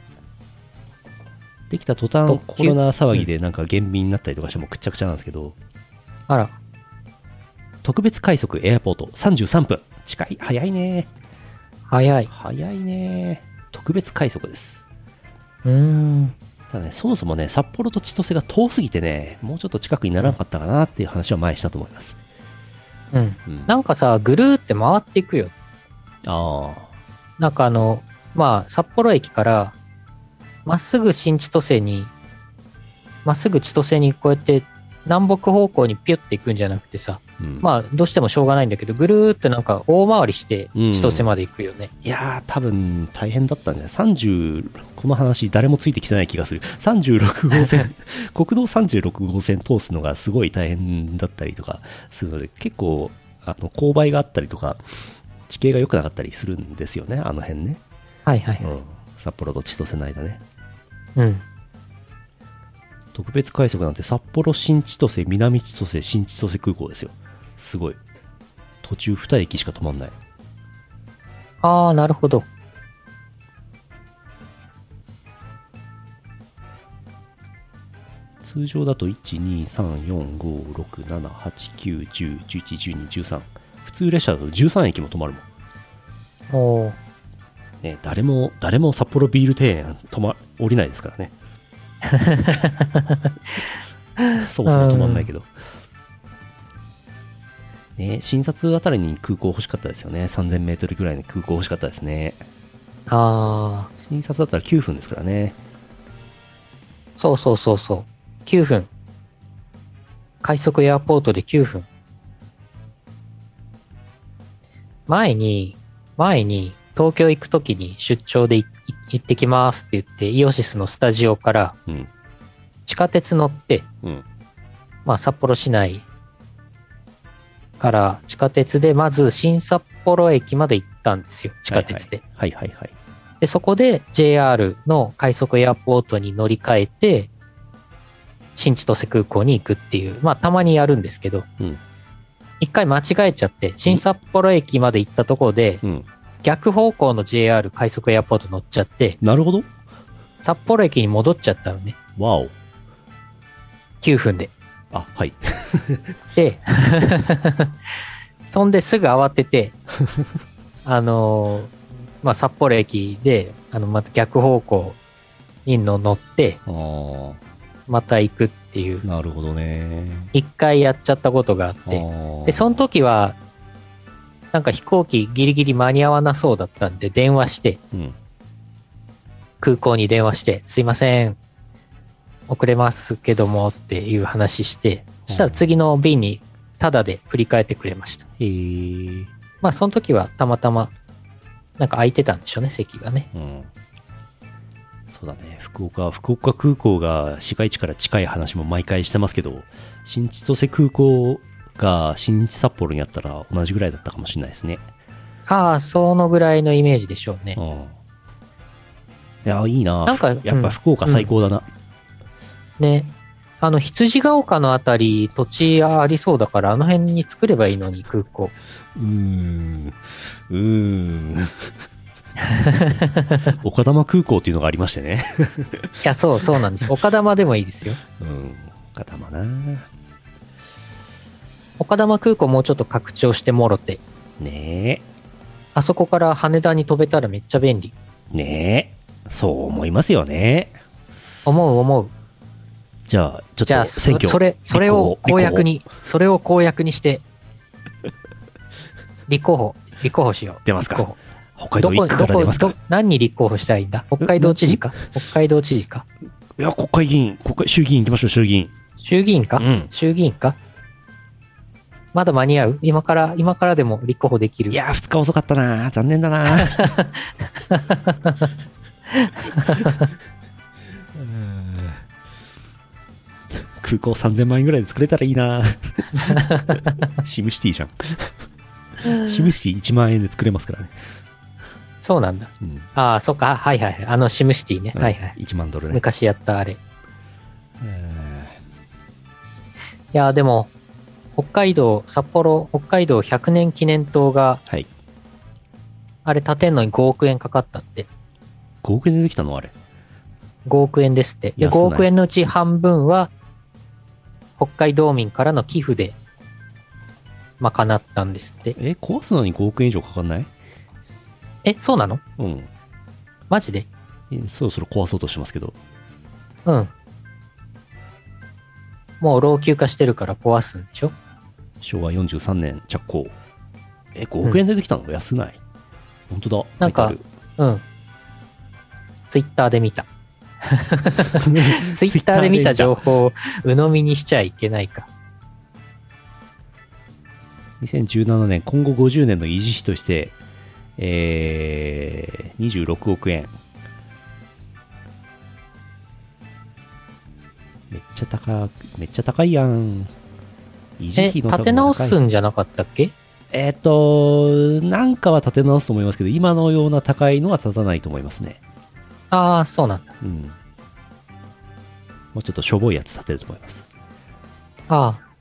Speaker 2: できた途端、
Speaker 1: 特急
Speaker 2: コロナ騒ぎでなんか減便になったりとかしてもくっちゃくちゃなんですけど、
Speaker 1: あら、
Speaker 2: 特別快速エアポートさんじゅうさんぷん。近い、早いね。
Speaker 1: 早い。
Speaker 2: 早いね。特別快速です。
Speaker 1: うーん。
Speaker 2: ただね、そもそもね、札幌と千歳が遠すぎてね、もうちょっと近くにならなかったかなっていう話は前したと思います。
Speaker 1: うん。
Speaker 2: うん、
Speaker 1: なんかさ、ぐるーって回っていくよ。
Speaker 2: ああ。
Speaker 1: なんかあの、まあ、札幌駅から、まっすぐ新千歳に、まっすぐ千歳にこうやって南北方向にピュッて行くんじゃなくてさ、
Speaker 2: うん、
Speaker 1: まあ、どうしてもしょうがないんだけど、ぐるーってなんか大回りして千歳まで行くよね。
Speaker 2: いやー、多分大変だったんじゃない ?さんじゅう、この話誰もついてきてない気がする。さんじゅうろく号線、国道さんじゅうろく号線通すのがすごい大変だったりとかするので、結構、あの、勾配があったりとか、地形が良くなかったりするんですよね、あの辺ね。
Speaker 1: はいはい。
Speaker 2: うん。札幌と千歳の間ね。
Speaker 1: うん。
Speaker 2: 特別快速なんて札幌新千歳、南千歳、新千歳空港ですよ。すごい。途中に駅しか止まんない。
Speaker 1: ああ、なるほど。
Speaker 2: 通常だといち、に、さん、よん、ご、ろく、なな、はち、きゅう、じゅう、じゅういち、じゅうに、じゅうさん。普通列車だとじゅうさん駅も止まるもん。
Speaker 1: おー。
Speaker 2: ね、誰も、誰も札幌ビール庭園止ま、降りないですからね。そもそも止まんないけど。ね、新札あたりに空港欲しかったですよね。さんぜんメートルぐらいの空港欲しかったですね。
Speaker 1: ああ、
Speaker 2: 新札だったらきゅうふんですからね。
Speaker 1: そうそうそうそう。きゅうふん。快速エアポートできゅうふん。前に、前に東京行くときに出張でいい行ってきますって言って、イオシスのスタジオから
Speaker 2: うん。
Speaker 1: 地下鉄乗って、
Speaker 2: うん。
Speaker 1: まあ札幌市内から地下鉄でまず新札幌駅まで行ったんですよ。地下鉄で。
Speaker 2: はいはいはいはい。
Speaker 1: で、そこで ジェイアール の快速エアポートに乗り換えて、新千歳空港に行くっていう、まあたまにやるんですけど、
Speaker 2: うん。
Speaker 1: 一回間違えちゃって、新札幌駅まで行ったところで、
Speaker 2: うん。
Speaker 1: 逆方向の ジェイアール 快速エアポート乗っちゃって、
Speaker 2: なるほど。
Speaker 1: 札幌駅に戻っちゃったのね。
Speaker 2: わお。
Speaker 1: きゅうふんで。
Speaker 2: あ、はい。
Speaker 1: で、そんですぐ慌てて、あのーまあ、札幌駅で、あの、また逆方向にの乗って、
Speaker 2: ああ、
Speaker 1: また行くっていう、
Speaker 2: なるほどね。
Speaker 1: 一回やっちゃったことがあっ
Speaker 2: あ
Speaker 1: て、
Speaker 2: ー
Speaker 1: で、その時は、なんか飛行機ギリギリ間に合わなそうだったんで、電話して、
Speaker 2: うん。
Speaker 1: 空港に電話して、すいません、遅れますけどもっていう話して、そしたら次の便にタダで振り替えてくれました。
Speaker 2: へえ。
Speaker 1: まあその時はたまたまなんか空いてたんでしょうね、席がね。
Speaker 2: うん。そうだね。福岡、福岡空港が市街地から近い話も毎回してますけど、新千歳空港が新札幌にあったら同じぐらいだったかもしれないですね。
Speaker 1: ああ、そのぐらいのイメージでしょうね。
Speaker 2: うん。いや、いいな。
Speaker 1: なんか
Speaker 2: やっぱ福岡最高だな。
Speaker 1: ね。あの、羊ヶ丘のあたり土地ありそうだから、あの辺に作ればいいのに、空港。
Speaker 2: うーん。うーん。岡玉空港っていうのがありましてね。
Speaker 1: いや、そう、そうなんです。岡玉でもいいですよ。
Speaker 2: うん。岡玉な。
Speaker 1: 岡玉空港もうちょっと拡張してもろて。
Speaker 2: ね
Speaker 1: あそこから羽田に飛べたらめっちゃ便利。
Speaker 2: え。ねえ。そう思いますよね。
Speaker 1: 思う思う。
Speaker 2: じゃあ、ちょっ
Speaker 1: じゃあ、
Speaker 2: と選挙。
Speaker 1: そそれ、それを公約に、それを公約にして、立候補、立候補しよう。
Speaker 2: 出ますか。
Speaker 1: 立候補
Speaker 2: 北海道一区から出ますか。
Speaker 1: どこど何に立候補したらいいんだ。北海道知事か北海道知事か
Speaker 2: いや、国会議員、国会、衆議院行きましょう、衆議院。
Speaker 1: 衆議院か、
Speaker 2: うん、
Speaker 1: 衆議院かまだ間に合う今から、今からでも立候補できる。
Speaker 2: いやー、ふつか遅かったな。残念だな。空港さんぜんまんえんぐらいで作れたらいいな。シムシティじゃん。シムシティいちまんえんで作れますからね。
Speaker 1: そうなんだ。
Speaker 2: うん、
Speaker 1: ああ、そっか。はいはいはい。あのシムシティね。
Speaker 2: うん、
Speaker 1: はいはい。
Speaker 2: いちまんドルね。
Speaker 1: 昔やったあれ。い
Speaker 2: え
Speaker 1: やーでも、北海道、札幌、北海道ひゃくねん記念塔が、
Speaker 2: ー、はい。
Speaker 1: あれ建てんのにごおくえんかかったって。
Speaker 2: ごおくえんでできたのあれ。ご
Speaker 1: ごおくえんですって。で、
Speaker 2: 安ない
Speaker 1: ごおくえんのうち半分は、北海道民からの寄付で賄ったんですって。
Speaker 2: え、壊すのにごおくえん以上かかんない？
Speaker 1: え、そうなの？
Speaker 2: うん。
Speaker 1: マジで？
Speaker 2: えそろそろ壊そうとしてますけど。
Speaker 1: うん。もう老朽化してるから壊すんでしょ？
Speaker 2: しょうわよんじゅうさんねん着工。え、ごおくえんでできたの？安ない。本当だ。
Speaker 1: なんか
Speaker 2: 書いて
Speaker 1: うん。ツイッターで見た。ツイッターで見た情報を鵜呑みにしちゃいけないか。
Speaker 2: にせんじゅうななねん、今後ごじゅうねんの維持費として、えー、にじゅうろくおくえん。めっちゃ高、めっちゃ高いやん。維持
Speaker 1: え、
Speaker 2: 費の
Speaker 1: 立て直すんじゃなかったっけ？
Speaker 2: えっと、なんかは立て直すと思いますけど、今のような高いのは立たないと思いますね。
Speaker 1: ああ、そうなんだ。
Speaker 2: うん。もうちょっとしょぼいやつ立てると思います。
Speaker 1: ああ。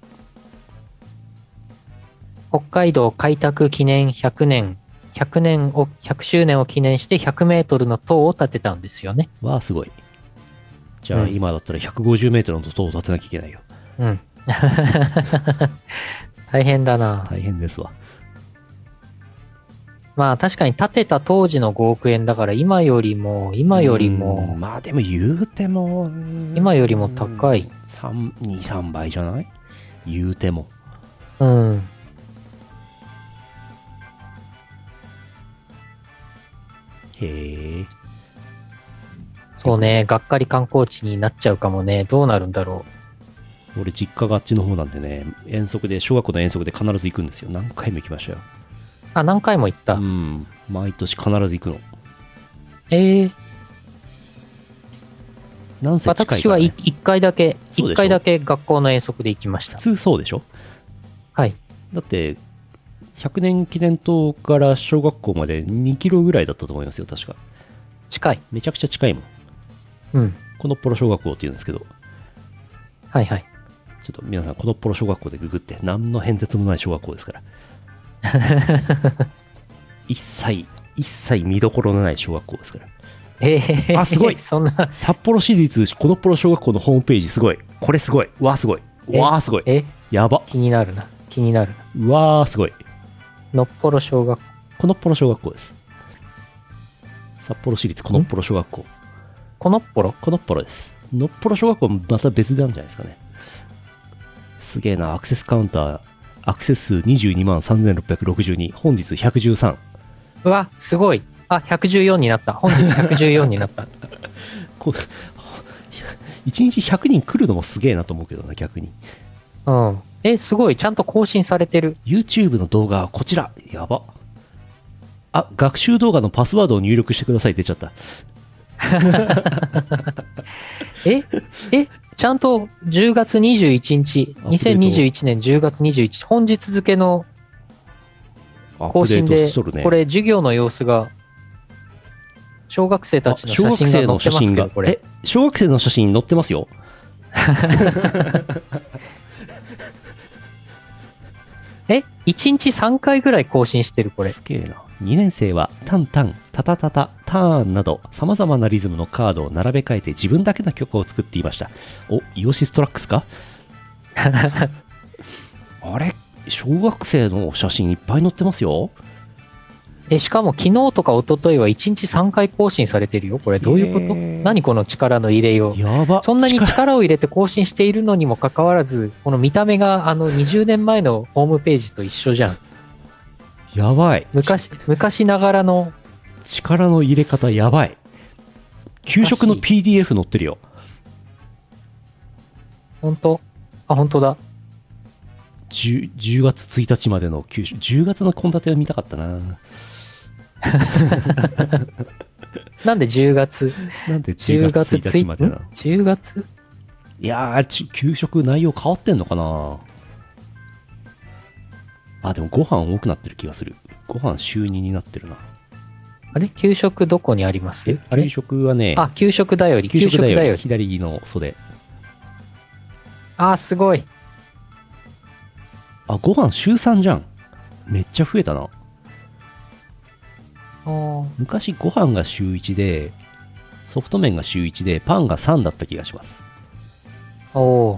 Speaker 1: 北海道開拓記念ひゃくねん、ひゃくねんを、ひゃくしゅうねんを記念してひゃくメートルの塔を建てたんですよね。
Speaker 2: わあ、すごい。じゃあ、
Speaker 1: うん
Speaker 2: 今だったらひゃくごじゅうメートルの塔を立てなきゃいけないよ。
Speaker 1: うん。大変だな。
Speaker 2: 大変ですわ。
Speaker 1: まあ確かに建てた当時のごおくえんだから今よりも、今より
Speaker 2: う
Speaker 1: も
Speaker 2: ん、まあでも言うても、
Speaker 1: 今よりも高い。
Speaker 2: さん、に、さんばいじゃない？言うても。
Speaker 1: うん。
Speaker 2: へえ。
Speaker 1: そうね、がっかり観光地になっちゃうかもね。どうなるんだろ
Speaker 2: 俺実家があっちの方なんでね、遠足で、小学校の遠足で必ず行くんですよ。何回も行きましたよ。
Speaker 1: う。あ、何回も行った。
Speaker 2: うん。毎年必ず行くの。
Speaker 1: ええー、
Speaker 2: なんせ近いから、ね、
Speaker 1: 私は一回だけ、
Speaker 2: そうでしょ？
Speaker 1: 一回だけ学校の遠足で行きました。
Speaker 2: 普通そうでしょ？
Speaker 1: はい。
Speaker 2: だって、ひゃくねん記念塔から小学校までにキロぐらいだったと思いますよ、確か。
Speaker 1: 近い。
Speaker 2: めちゃくちゃ近いもん。
Speaker 1: うん。
Speaker 2: このっぽろ小学校って言うんですけど、
Speaker 1: はいはい。
Speaker 2: ちょっと皆さん、このっぽろ小学校でググって、何の変哲もない小学校ですから。一切、一切見どころのない小学校ですから。
Speaker 1: えー、
Speaker 2: あ、すごい
Speaker 1: そんな。
Speaker 2: 札幌市立このっぽろ小学校のホームページすごい。これすごい。うわーすごい。うわーすごい。
Speaker 1: え、
Speaker 2: やば。
Speaker 1: 気になるな。気になるな。
Speaker 2: うわーすごい。
Speaker 1: のっぽろ小学校。
Speaker 2: このっぽろ小学校です。札幌市立このっぽろ小学校。
Speaker 1: このっぽろ
Speaker 2: このっぽろです。のっぽろ小学校もまた別なんじゃないですかね。すげえな。アクセスカウンター、アクセス数にじゅうにまんさんぜんろっぴゃくろくじゅうに、本日ひゃくじゅうさん。
Speaker 1: うわ、すごい。あ、ひゃくじゅうよんになった。本日ひゃくじゅうよんになった。
Speaker 2: こいちにちひゃくにん来るのもすげえなと思うけどな、逆に。
Speaker 1: うん。え、すごい。ちゃんと更新されてる。
Speaker 2: YouTube の動画はこちら。やば。あ、学習動画のパスワードを入力してください。出ちゃった。
Speaker 1: ええちゃんとじゅうがつにじゅういちにち、にせんにじゅういちねんじゅうがつにじゅういちにち、本日付の更新で、
Speaker 2: ね、
Speaker 1: これ授業の様子が、小学生たちの写真が載ってますけど、これ。
Speaker 2: え、小学生の写真載ってますよ。
Speaker 1: え ?いち 日さんかいぐらい更新してる、これ。
Speaker 2: すげえな。にねん生はタンタン、タタタタ、ターンなど様々なリズムのカードを並べ替えて自分だけの曲を作っていました。お、イオシストラックスか？あれ、小学生の写真いっぱい載ってますよ。
Speaker 1: え、しかも昨日とか一昨日はいちにちさんかい更新されてるよ。これどういうこと？何この力の入れよう。
Speaker 2: やば。
Speaker 1: そんなに力を入れて更新しているのにもかかわらず、この見た目があのにじゅうねんまえのホームページと一緒じゃん。
Speaker 2: やばい。
Speaker 1: 昔、昔ながらの。
Speaker 2: 力の入れ方やばい。給食の ピーディーエフ 載ってるよ。
Speaker 1: 本当？あ、本当だ。
Speaker 2: じゅう, じゅうがつついたちまでの給食。じゅうがつの献立を見たかったな。
Speaker 1: なんでじゅうがつ？
Speaker 2: なんでじゅうがつついたちまでなの？
Speaker 1: じゅうがつ？
Speaker 2: いやー、給食内容変わってんのかな。あ、でもご飯多くなってる気がする。ご飯週にになってるな。
Speaker 1: あれ給食どこにあります？あれ
Speaker 2: 給食はね、
Speaker 1: あ、給食だより。
Speaker 2: 給食だより。左の袖。
Speaker 1: あ、すごい。
Speaker 2: あ、ご飯週さんじゃん。めっちゃ増えたな。昔ご飯が週いちで、ソフト麺が週いちで、パンがさんだった気がします。
Speaker 1: おー。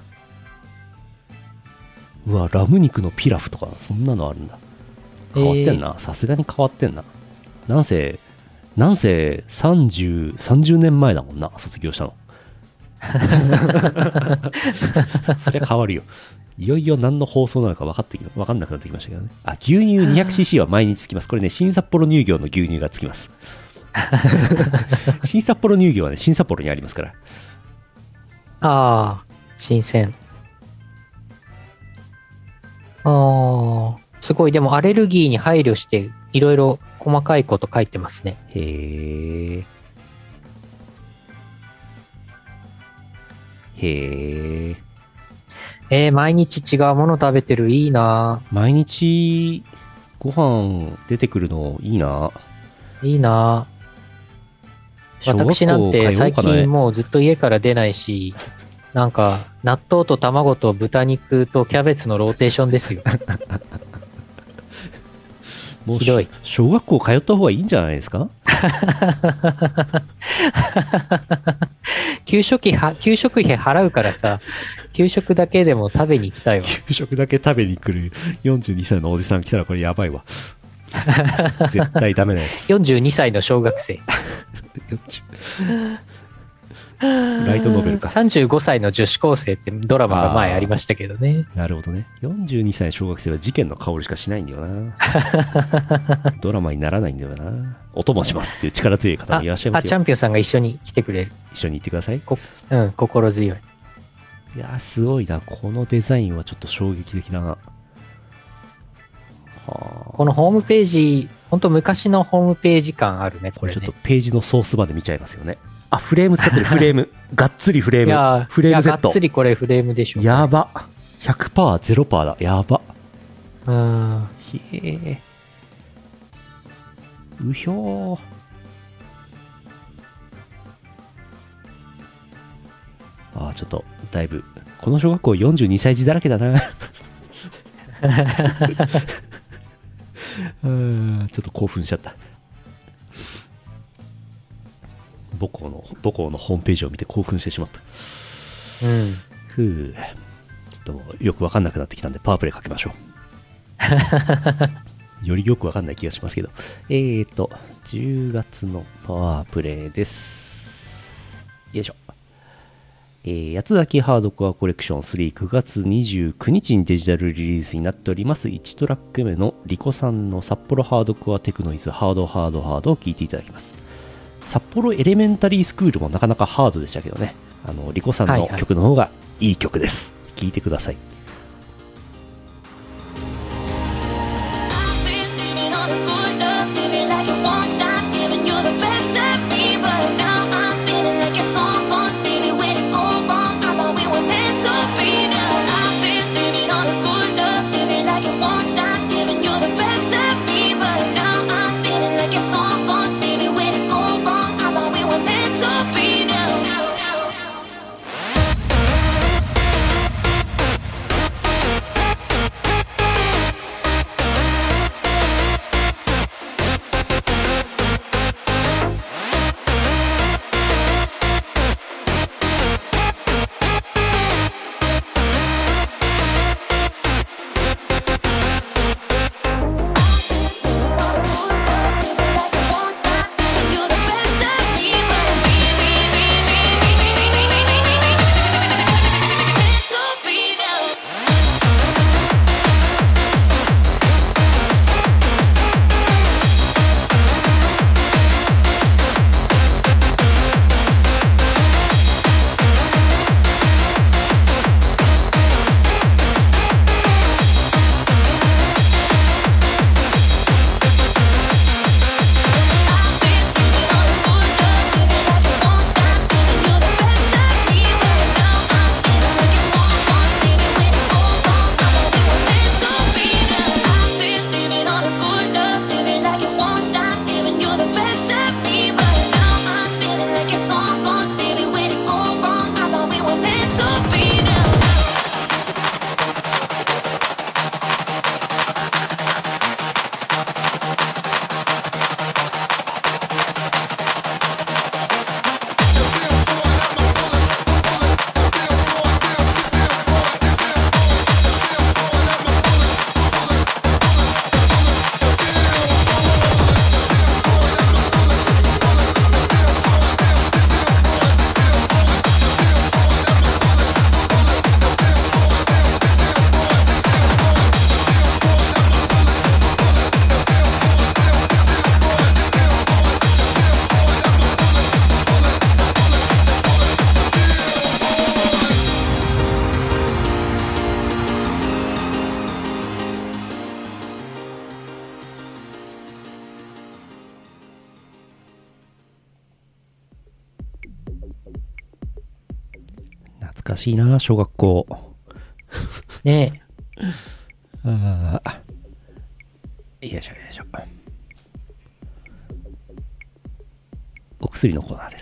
Speaker 2: うわ、ラム肉のピラフとか、そんなのあるんだ。変わってんな。さすがに変わってんな。 なんせなんせさんじゅう、さんじゅうねんまえだもんな、卒業したの。そりゃ変わるよ。いよいよ何の放送なのか分かってき分かんなくなってきましたけどね。あ、牛乳 にひゃくシーシー は毎日つきます。これね、新札幌乳業の牛乳がつきます。新札幌乳業はね、新札幌にありますから。
Speaker 1: ああ、新鮮。ああ、すごい。でもアレルギーに配慮して、いろいろ細かいこと書いてますね。
Speaker 2: へえ。へえ。
Speaker 1: えー、毎日違うもの食べてる。いいな。
Speaker 2: 毎日ご飯出てくるのいいな。
Speaker 1: いいな。私なんて最近もうずっと家から出ないし、なんか納豆と卵と豚肉とキャベツのローテーションですよ。
Speaker 2: もう
Speaker 1: ひどい。
Speaker 2: 小学校通った方がいいんじゃないですか？
Speaker 1: 給食費は、給食費払うからさ、給食だけでも食べに行きたいわ。
Speaker 2: 給食だけ食べに来るよんじゅうにさいのおじさん来たらこれやばいわ。絶対ダメなやつ。
Speaker 1: よんじゅうにさいの小学生。
Speaker 2: ライトノベルか。
Speaker 1: さんじゅうごさいの女子高生ってドラマが前ありましたけどね。
Speaker 2: なるほどね。よんじゅうにさいの小学生は事件の香りしかしないんだよな。ドラマにならないんだよな。音もしますっていう力強い方もいらっしゃいますよ。
Speaker 1: あ、チャンピオンさんが一緒に来てくれる。
Speaker 2: 一緒に行ってください。
Speaker 1: こうん、心強い。
Speaker 2: いやー、すごいな。このデザインはちょっと衝撃的だな。は
Speaker 1: あ、このホームページ、本当昔のホームページ感あるね、これね。
Speaker 2: ちょっとページのソースまで見ちゃいますよね。あ、フレーム使ってる、フレーム。がっつりフレーム。
Speaker 1: いや
Speaker 2: フレーム Z。
Speaker 1: がっつりこれフレームでしょ。
Speaker 2: やば。ひゃくパーセント、ゼロパーセント だ。やば。
Speaker 1: うん。
Speaker 2: へえ。うひょー。あー、ちょっと、だいぶ、この小学校よんじゅうにさい児だらけだな。うん、ちょっと興奮しちゃった。母校の母校のホームページを見て興奮してしまった。
Speaker 1: うん。
Speaker 2: ふう。ちょっともうよく分かんなくなってきたんでパワープレイかけましょう。よりよく分かんない気がしますけど。えーと、じゅうがつのパワープレイです。よいしょ。えー、八つ咲きハードコアコレクションスリー、くがつにじゅうくにちにデジタルリリースになっております。いちトラック目のリコさんの札幌ハードコアテクノイズハードハードハードを聴いていただきます。札幌エレメンタリースクールもなかなかハードでしたけどね、あのリコさんの曲の方がいい曲です。聴、はいはい、いてください。 かしいな、小学校。
Speaker 1: ね
Speaker 2: ああ。よいしょよいしょ。お薬のコーナーです。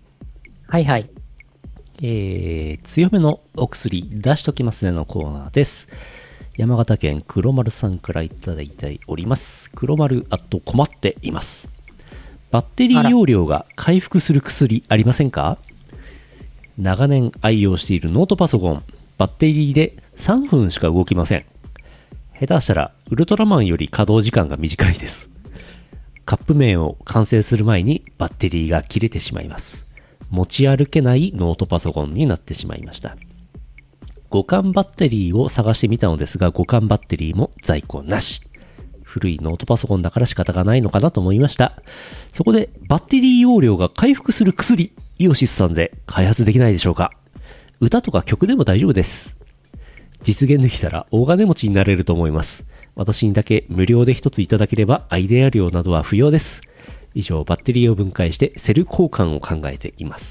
Speaker 1: はいはい。
Speaker 2: えー、強めのお薬出しときますねのコーナーです。山形県黒丸さんからいただいております。黒丸あと困っています。バッテリー容量が回復する薬ありませんか？長年愛用しているノートパソコン、バッテリーでさんぷんしか動きません。下手したらウルトラマンより稼働時間が短いです。カップ麺を完成する前にバッテリーが切れてしまいます。持ち歩けないノートパソコンになってしまいました。互換バッテリーを探してみたのですが、互換バッテリーも在庫なし。古いノートパソコンだから仕方がないのかなと思いました。そこでバッテリー容量が回復する薬、イオシスさんで開発できないでしょうか。歌とか曲でも大丈夫です。実現できたら大金持ちになれると思います。私にだけ無料で一ついただければアイデア料などは不要です。以上、バッテリーを分解してセル交換を考えています。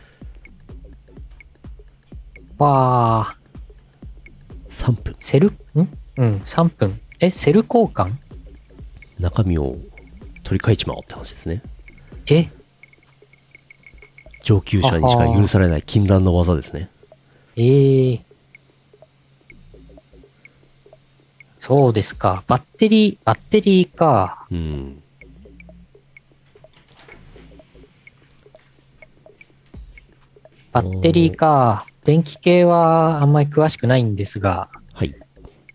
Speaker 1: わー。
Speaker 2: さんぷん。
Speaker 1: セル、んうん、さんぷん。え、セル交換？
Speaker 2: 中身を取り替えちまおうって話ですね。
Speaker 1: え？
Speaker 2: 上級者にしか許されない禁断の技ですね。
Speaker 1: えー。そうですか。バッテリー、バッテリーか。
Speaker 2: うん。
Speaker 1: バッテリーか。電気系はあんまり詳しくないんですが。
Speaker 2: はい。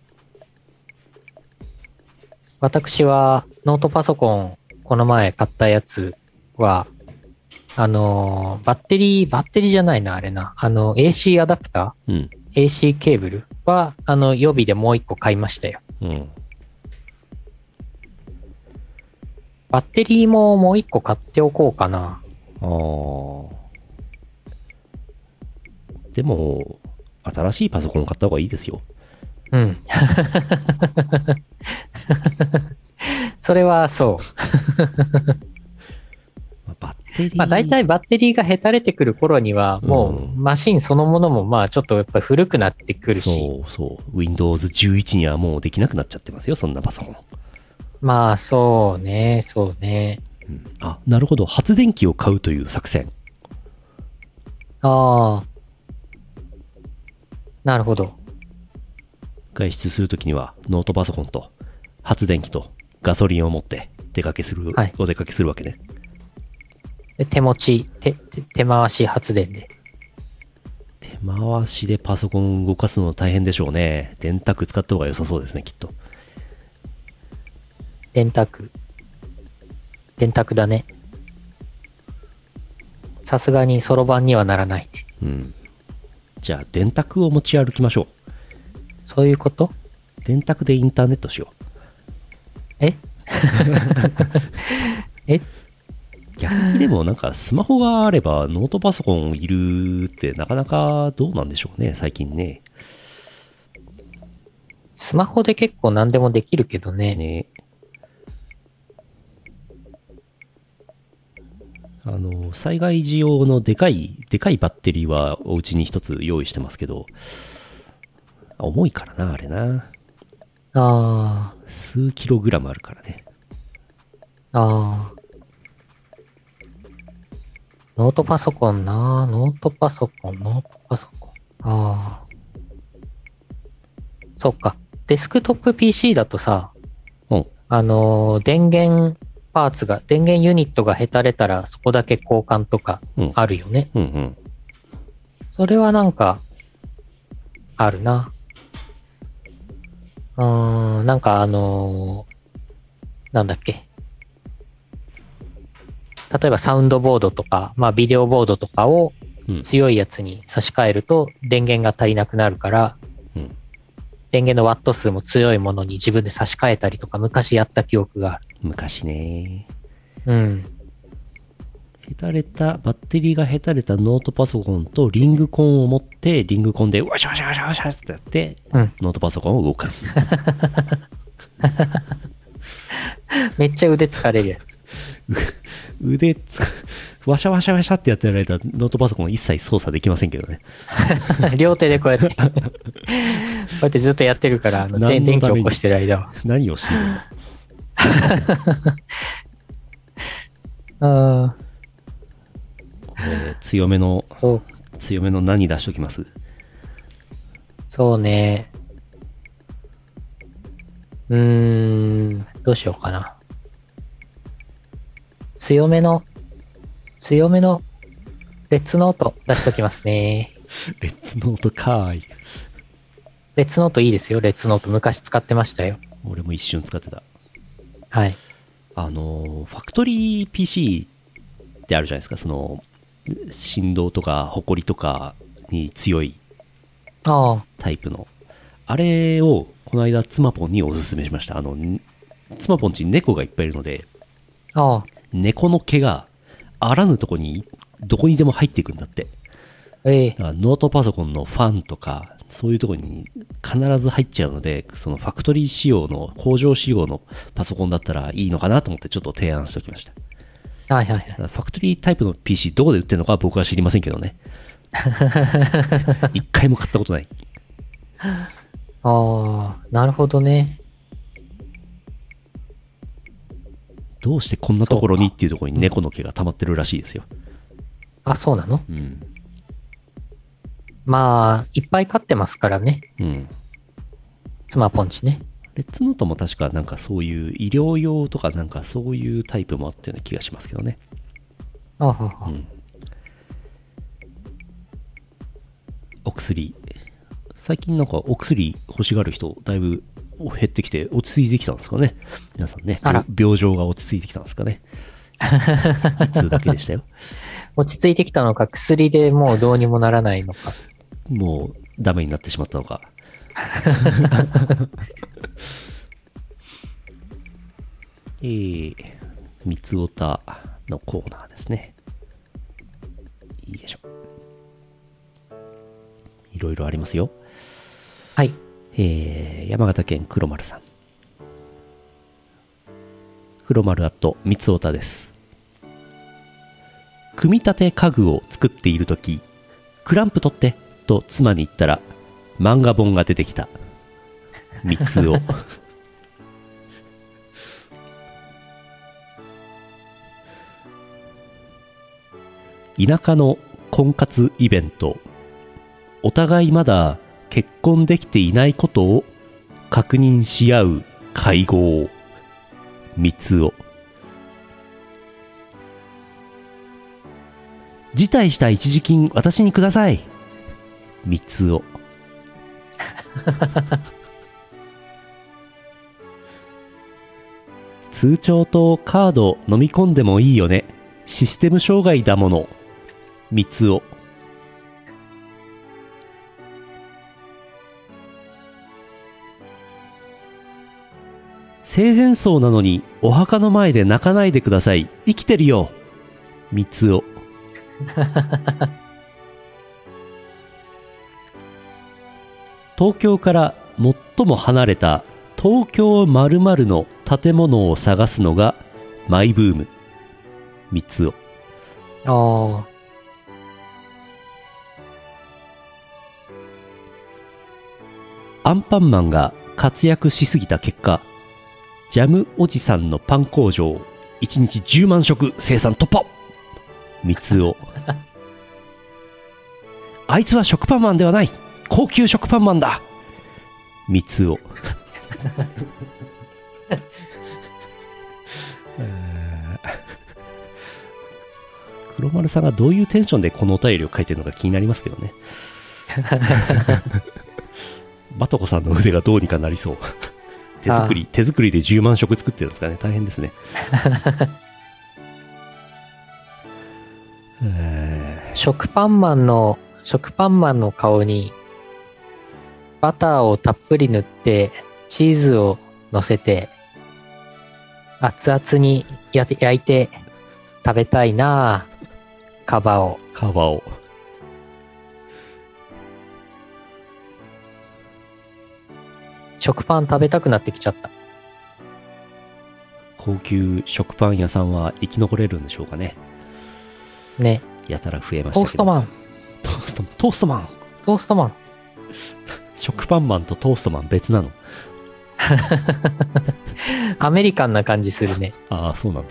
Speaker 1: 私はノートパソコン、この前買ったやつは、あの、バッテリー、バッテリーじゃないな、あれな。あの、エーシー アダプター、
Speaker 2: うん、
Speaker 1: エーシー ケーブルは、あの、予備でもう一個買いましたよ。
Speaker 2: うん。
Speaker 1: バッテリーももう一個買っておこうかな。
Speaker 2: ああ。でも、新しいパソコンを買った方がいいですよ。
Speaker 1: うん。それはそう。
Speaker 2: バッテリー。
Speaker 1: まあ大体バッテリーがへたれてくる頃には、もうマシンそのものもまあちょっとやっぱり古くなってくるし。
Speaker 2: そうそう。ウィンドウズじゅういち にはもうできなくなっちゃってますよ、そんなパソコン。
Speaker 1: まあそうね、そうね。
Speaker 2: うん、あ、なるほど。発電機を買うという作戦。
Speaker 1: ああ。なるほど。
Speaker 2: 外出するときにはノートパソコンと発電機とガソリンを持って出かけする、はい、お出かけするわけね。
Speaker 1: で手持ち手、手、手回し発電で。
Speaker 2: 手回しでパソコン動かすの大変でしょうね。電卓使った方が良さそうですね、きっと。
Speaker 1: 電卓。電卓だね。さすがにそろばんにはならないね。
Speaker 2: うん。じゃあ電卓を持ち歩きましょう。
Speaker 1: そういうこと？
Speaker 2: 電卓でインターネットしよ
Speaker 1: う。ええ
Speaker 2: 逆にでもなんかスマホがあればノートパソコンいるってなかなかどうなんでしょうね、最近ね。
Speaker 1: スマホで結構何でもできるけどね。
Speaker 2: ね。あの、災害時用のでかい、でかいバッテリーはお家に一つ用意してますけど、重いからな、あれな。
Speaker 1: ああ。
Speaker 2: 数キログラムあるからね。
Speaker 1: ああ。ノートパソコンな、ノートパソコン、ノートパソコン。ああ。そっか。デスクトップ ピーシー だとさ、
Speaker 2: うん、
Speaker 1: あのー、電源パーツが、電源ユニットがへたれたらそこだけ交換とかあるよね。
Speaker 2: うんうんうん、
Speaker 1: それはなんか、あるな。うーん、なんかあのー、なんだっけ。例えばサウンドボードとか、まあビデオボードとかを強いやつに差し替えると電源が足りなくなるから、うん、電源のワット数も強いものに自分で差し替えたりとか昔やった記憶がある。
Speaker 2: 昔ね。
Speaker 1: うん。
Speaker 2: へたれた、バッテリーがへたれたノートパソコンとリングコンを持って、リングコンでワシャワシャワシャワシャってやって、うん、ノートパソコンを動かす。め
Speaker 1: っちゃ腕疲れるやつ。
Speaker 2: 腕つ、 ワシャワシャワシャってやってる間、ノートパソコン一切操作できませんけどね。
Speaker 1: 両手でこうやって、こうやってずっとやってるから、あの電電気を起こしてる間は。
Speaker 2: 何をしてるの
Speaker 1: あ
Speaker 2: これ強めの、
Speaker 1: そう。
Speaker 2: 強めの何出しときます？
Speaker 1: そうね。うーん、どうしようかな。強めの、強めの、レッツノート出しときますね。
Speaker 2: レッツノートかーい。
Speaker 1: レッツノートいいですよ。レッツノート昔使ってましたよ。
Speaker 2: 俺も一瞬使ってた。
Speaker 1: はい。
Speaker 2: あの、ファクトリー ピーシー ってあるじゃないですか。その、振動とか、ホコリとかに強い
Speaker 1: ああ。
Speaker 2: タイプの。あれを、この間、妻ポンにおすすめしました。あの、妻ポンち猫がいっぱいいるので、
Speaker 1: ああ。
Speaker 2: 猫の毛があらぬとこにどこにでも入っていくんだって。
Speaker 1: ええ。
Speaker 2: だからノートパソコンのファンとかそういうとこに必ず入っちゃうので、そのファクトリー仕様の工場仕様のパソコンだったらいいのかなと思ってちょっと提案しておきました。
Speaker 1: はいはいはい。
Speaker 2: ファクトリータイプの ピーシー どこで売ってるのかは僕は知りませんけどね。一回も買ったことない。
Speaker 1: ああ、なるほどね。
Speaker 2: どうしてこんなところにっていうところに猫の毛が溜まってるらしいですよ。
Speaker 1: あ、そうなの？
Speaker 2: うん。
Speaker 1: まあ、いっぱい飼ってますからね。
Speaker 2: うん。
Speaker 1: 妻ポンチね。
Speaker 2: レッツノートも確かなんかそういう医療用とかなんかそういうタイプもあったような気がしますけどね。
Speaker 1: あはは。
Speaker 2: うん。お薬。最近なんかお薬欲しがる人だいぶ減ってきて落ち着いてきたんですかね。皆さんね。
Speaker 1: あら
Speaker 2: 病状が落ち着いてきたんですかね。いつだけでしたよ。
Speaker 1: 落ち着いてきたのか、薬でもうどうにもならないのか。
Speaker 2: もうダメになってしまったのか。えー、三つおたのコーナーですね。いいでしょ。いろいろありますよ。
Speaker 1: はい。
Speaker 2: えー、山形県黒丸さん。黒丸アット三つおたです。組み立て家具を作っているとき、クランプ取ってと妻に言ったら漫画本が出てきた。三つお。田舎の婚活イベント。お互いまだ結婚できていないことを確認し合う会合。三つお。辞退した一時金私にください。三つお。通帳とカード飲み込んでもいいよね。システム障害だもの。三つお。生前葬なのにお墓の前で泣かないでください。生きてるよ。三つお。東京から最も離れた東京〇〇の建物を探すのがマイブーム。三つお。
Speaker 1: ああ。
Speaker 2: アンパンマンが活躍しすぎた結果、ジャムおじさんのパン工場いちにちじゅうまん食生産突破。三つお。あいつは食パンマンではない、高級食パンマンだ。三つお。黒丸さんがどういうテンションでこのお便りを書いてるのか気になりますけどね。バトコさんの腕がどうにかなりそう。手作り手作りでじゅうまん食作ってるんですかね。大変ですね。
Speaker 1: 食パンマンの食パンマンの顔にバターをたっぷり塗ってチーズを乗せて熱々に焼いて食べたいなぁ。カバを
Speaker 2: カバを
Speaker 1: 食パン食べたくなってきちゃった。
Speaker 2: 高級食パン屋さんは生き残れるんでしょうかね。
Speaker 1: ね。
Speaker 2: やたら増えましたけど。
Speaker 1: トーストマン。
Speaker 2: トースト、トーストマン。
Speaker 1: トーストマン。
Speaker 2: 食パンマンとトーストマン別なの？
Speaker 1: アメリカンな感じするね。
Speaker 2: ああ、そうなんだ。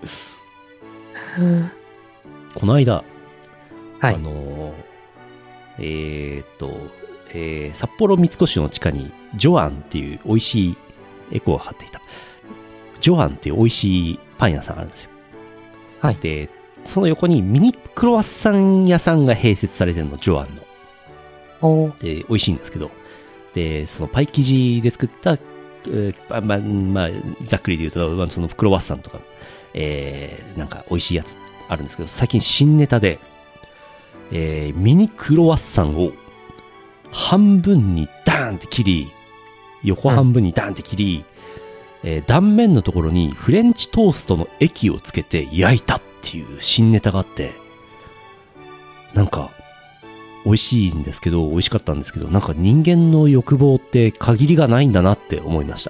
Speaker 2: この間、
Speaker 1: はい。
Speaker 2: あのー、えーっと、えー札幌三越の地下にジョアンっていう美味しいエコーがかかっていた。ジョアンっていう美味しいパン屋さんがあるんですよ。
Speaker 1: はい。
Speaker 2: で、その横にミニクロワッサン屋さんが併設されてるの、ジョアンの。
Speaker 1: おー。
Speaker 2: で、美味しいんですけど、で、そのパイ生地で作った、えーまままあ、ざっくりで言うと、まあそのクロワッサンとか、えーなんか美味しいやつあるんですけど、最近新ネタで、えーミニクロワッサンを半分にダーンって切り、横半分にダーンって切り、えー断面のところにフレンチトーストの液をつけて焼いたっていう新ネタがあって、なんか、美味しいんですけど、美味しかったんですけど、なんか人間の欲望って限りがないんだなって思いました。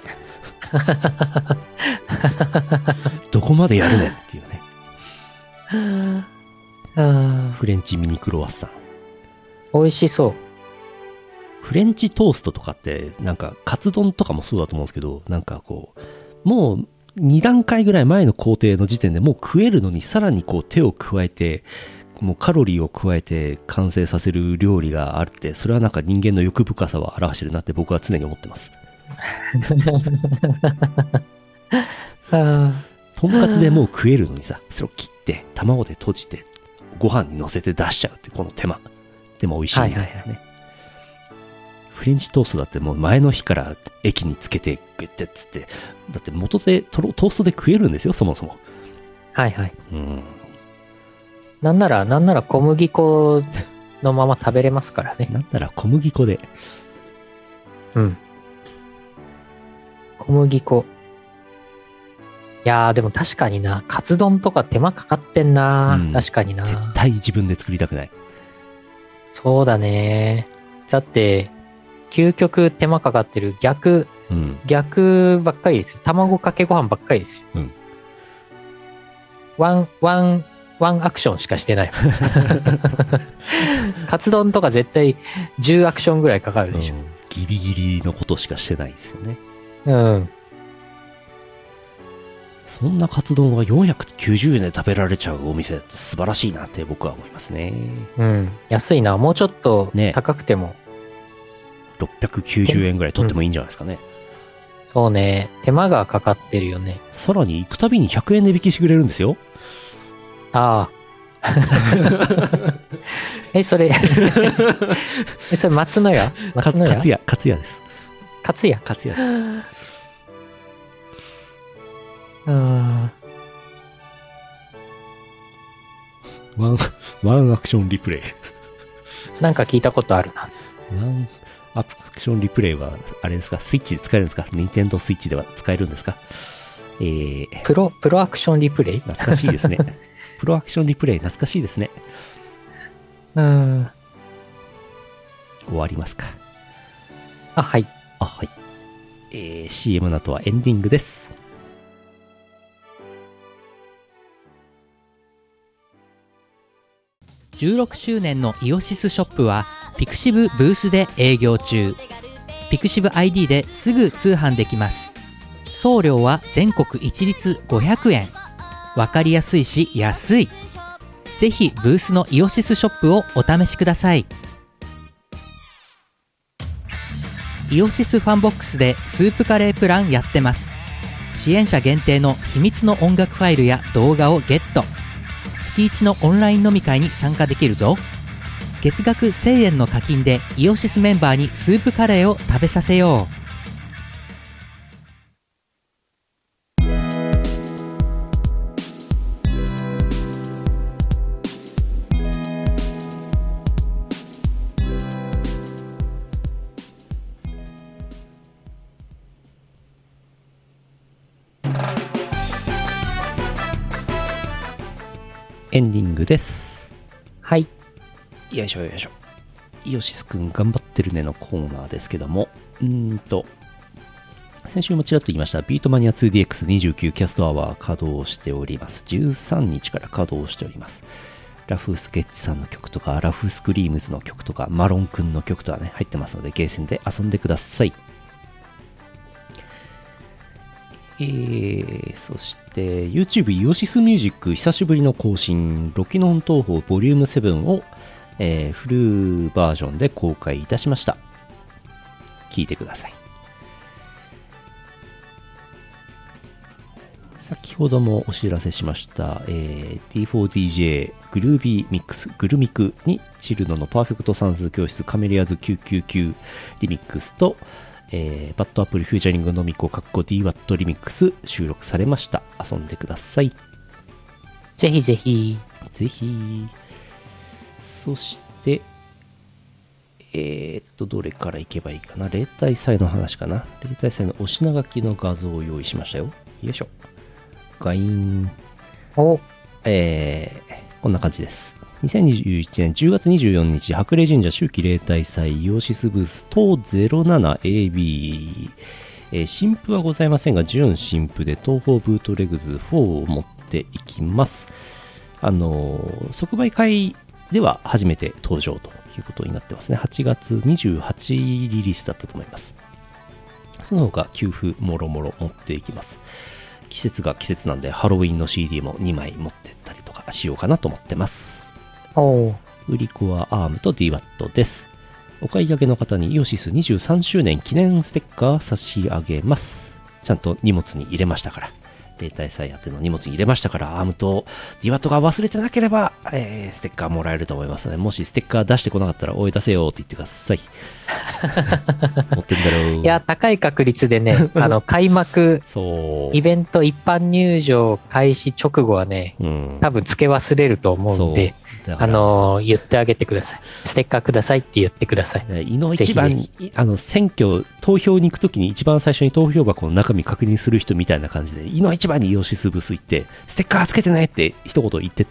Speaker 2: どこまでやるねんっていうね。
Speaker 1: あ
Speaker 2: フレンチミニクロワッサン。
Speaker 1: ー美味しそう。
Speaker 2: フレンチトーストとかって、なんかカツ丼とかもそうだと思うんですけど、なんかこう、もうに段階ぐらい前の工程の時点でもう食えるのにさらにこう手を加えて、もうカロリーを加えて完成させる料理があるって、それはなんか人間の欲深さを表してるなって僕は常に思ってます。
Speaker 1: あ
Speaker 2: とんかつでもう食えるのにさ、それを切って卵で閉じてご飯に乗せて出しちゃうっていうこの手間でも美味しいみたいなね、
Speaker 1: はいはい
Speaker 2: フレンチトーストだってもう前の日から液につけてグッてっつって、だって元でトロトーストで食えるんですよ、そもそも。
Speaker 1: はいはい。
Speaker 2: うん
Speaker 1: なんなら、なんなら小麦粉のまま食べれますからね。
Speaker 2: なんなら小麦粉で。
Speaker 1: うん。小麦粉。いやー、でも確かにな、カツ丼とか手間かかってんな、
Speaker 2: うん
Speaker 1: 確かにな。
Speaker 2: 絶対自分で作りたくない。
Speaker 1: そうだね。だって、究極手間かかってる逆、
Speaker 2: うん
Speaker 1: 逆ばっかりですよ。卵かけご飯ばっかりですよ。
Speaker 2: うん
Speaker 1: ワン、ワン、ワンアクションしかしてないもん。カツ丼とか絶対じゅうアクションぐらいかかるでしょ。
Speaker 2: うんギリギリのことしかしてないですよね。
Speaker 1: うん。
Speaker 2: そんなカツ丼がよんひゃくきゅうじゅうえんで食べられちゃうお店って素晴らしいなって僕は思いますね。
Speaker 1: うん。安いな。もうちょっと
Speaker 2: ね
Speaker 1: 高くても。
Speaker 2: ろっぴゃくきゅうじゅうえんぐらい取ってもいいんじゃないですかね。
Speaker 1: そうね。手間がかかってるよね。
Speaker 2: さらに行くたびにひゃくえん値引きしてくれるんですよ。
Speaker 1: ああ。え、それ、え、それ松野屋
Speaker 2: か
Speaker 1: 松野屋
Speaker 2: かつや、かつやです。
Speaker 1: 勝屋
Speaker 2: かつやです。
Speaker 1: うん。
Speaker 2: ワン、ワンアクションリプレイ。
Speaker 1: なんか聞いたことあるな。
Speaker 2: ワンアクションリプレイは、あれですか、スイッチで使えるんですか？ニンテンドースイッチでは使えるんですか？えー、
Speaker 1: プロ、プロアクションリプレイ
Speaker 2: 懐かしいですね。プロアクションリプレイ、懐かしいですね。
Speaker 1: うん。
Speaker 2: 終わりますか。
Speaker 1: あ、はい。
Speaker 2: あ、はい。えー、シーエム の後はエンディングです。
Speaker 3: じゅうろくしゅうねんのイオシスショップはピクシブブースで営業中。ピクシブ アイディー ですぐ通販できます。送料は全国一律ごひゃくえん。わかりやすいし安い。ぜひブースのイオシスショップをお試しください。イオシスファンボックスでスープカレープランやってます。支援者限定の秘密の音楽ファイルや動画をゲット。月いちのオンライン飲み会に参加できるぞ。月額せんえんの課金でイオシスメンバーにスープカレーを食べさせよう。
Speaker 2: エンディングです。
Speaker 1: はい。
Speaker 2: よいしょよいしょ。イオシスくん頑張ってるねのコーナーですけども、うーんと、先週もちらっと言いました、ビートマニア ツーディーエックスにじゅうきゅう キャストアワー稼働しております。じゅうさんにちから稼働しております。 ラフスケッチさんの曲とか、ラフスクリームズの曲とか、マロンくんの曲とかね、入ってますので、ゲーセンで遊んでください。えー、そして、YouTube イオシスミュージック久しぶりの更新、ロキノン東宝ボリュームセブンを、えー、フルバージョンで公開いたしました。聴いてください。先ほどもお知らせしました、えー、ディーフォーディージェー グルービーミックスグルミクにチルノのパーフェクト算数教室カメリアズきゅうきゅうきゅうリミックスと、えー、バッドアップルフューチャリングのミコカッコ ディーワット リミックス収録されました。遊んでください。
Speaker 1: ぜひぜひ。
Speaker 2: ぜひ。そしてえー、っとどれからいけばいいかな。例大祭の話かな。例大祭のお品書きの画像を用意しましたよ。よいしょ。ガイン。
Speaker 1: お
Speaker 2: えー、こんな感じです。にせんにじゅういちねんじゅうがつにじゅうよっか白麗神社秋季例大祭イオシスブース等 ゼロななエービー、えー、新譜はございませんが純新譜で東宝ブートレグズフォーを持っていきます。あのー、即売会では初めて登場ということになってますね。はちがつにじゅうはちリリースだったと思います。その他給付もろもろ持っていきます。季節が季節なんでハロウィンの シーディー もにまい持ってったりとかしようかなと思ってます。
Speaker 1: お
Speaker 2: 売り子はアームと ディーワット です。お買い上げの方にイオシスにじゅうさんしゅうねん記念ステッカー差し上げます。ちゃんと荷物に入れましたから。例大祭宛ての荷物に入れましたから、アームと ディーワット が忘れてなければ、えー、ステッカーもらえると思いますので、もしステッカー出してこなかったら、おい出せよって言ってください。持ってんだろう。
Speaker 1: いや、高い確率でね、あの、開幕、
Speaker 2: そう。
Speaker 1: イベント一般入場開始直後はね、
Speaker 2: うん、
Speaker 1: 多分付け忘れると思うんで、あのー、言ってあげてください。ステッカーくださいって言ってください。
Speaker 2: 井の一番、ぜひぜひあの、選挙、投票に行くときに一番最初に投票箱の中身確認する人みたいな感じで、井の一番にイオシスブース行って、ステッカーつけてねって一言言ってって。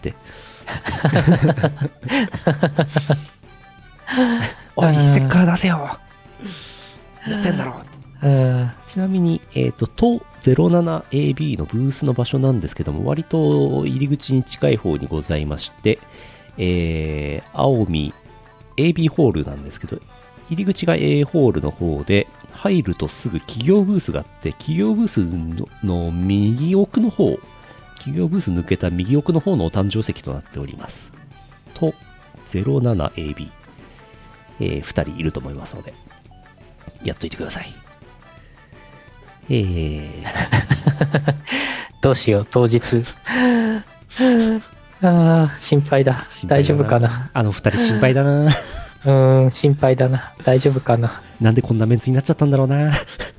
Speaker 2: おい、ステッカー出せよやってんだろう。ちなみに、えっと、と ゼロななエービー のブースの場所なんですけども、割と入り口に近い方にございまして、えー、青海 エービー ホールなんですけど、入り口が A ホールの方で、入るとすぐ企業ブースがあって、企業ブース の, の右奥の方、企業ブース抜けた右奥の方のお誕生席となっております。と ゼロななエービー、えー、ふたりいると思いますので、やっといてください。えー、
Speaker 1: どうしよう、当日。ああ、心配だ。大丈夫かな。
Speaker 2: あの二人心配だな。
Speaker 1: うーん、心配だな。大丈夫かな。
Speaker 2: なんでこんなメンツになっちゃったんだろうな。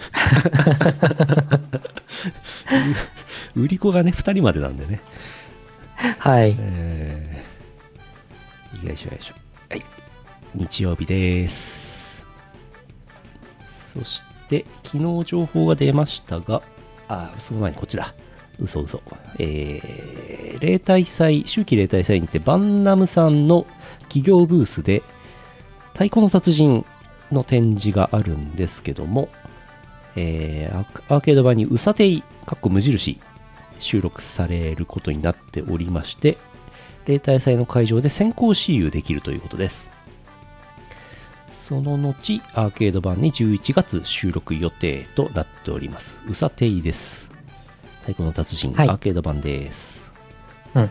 Speaker 2: 売り子がね、ふたりまでなんでね。
Speaker 1: はい。
Speaker 2: えー、よいしょよいしょ。はい。日曜日です。そして、昨日情報が出ましたが、あ、その前にこっちだ。嘘嘘。えー、例大祭、秋季例大祭にてバンナムさんの企業ブースで太鼓の達人の展示があるんですけども、えー、アーケード版にうさてい、かっこ無印、収録されることになっておりまして、例大祭の会場で先行私有できるということです。その後、アーケード版にじゅういちがつ収録予定となっております。うさていです。太鼓の達人、はい、アーケード版です。
Speaker 1: うん。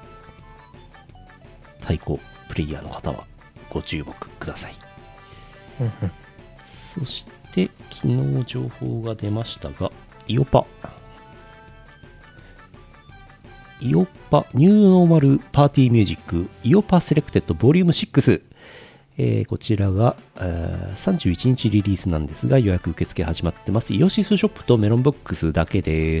Speaker 2: 太鼓プレイヤーの方はご注目ください。
Speaker 1: うんうん、
Speaker 2: そして、昨日情報が出ましたが、イオパ。イオパニューノーマルパーティーミュージックイオパセレクテッドボリュームシックス、えー、こちらがさんじゅういちにちリリースなんですが予約受付始まってます。イオシスショップとメロンボックスだけです。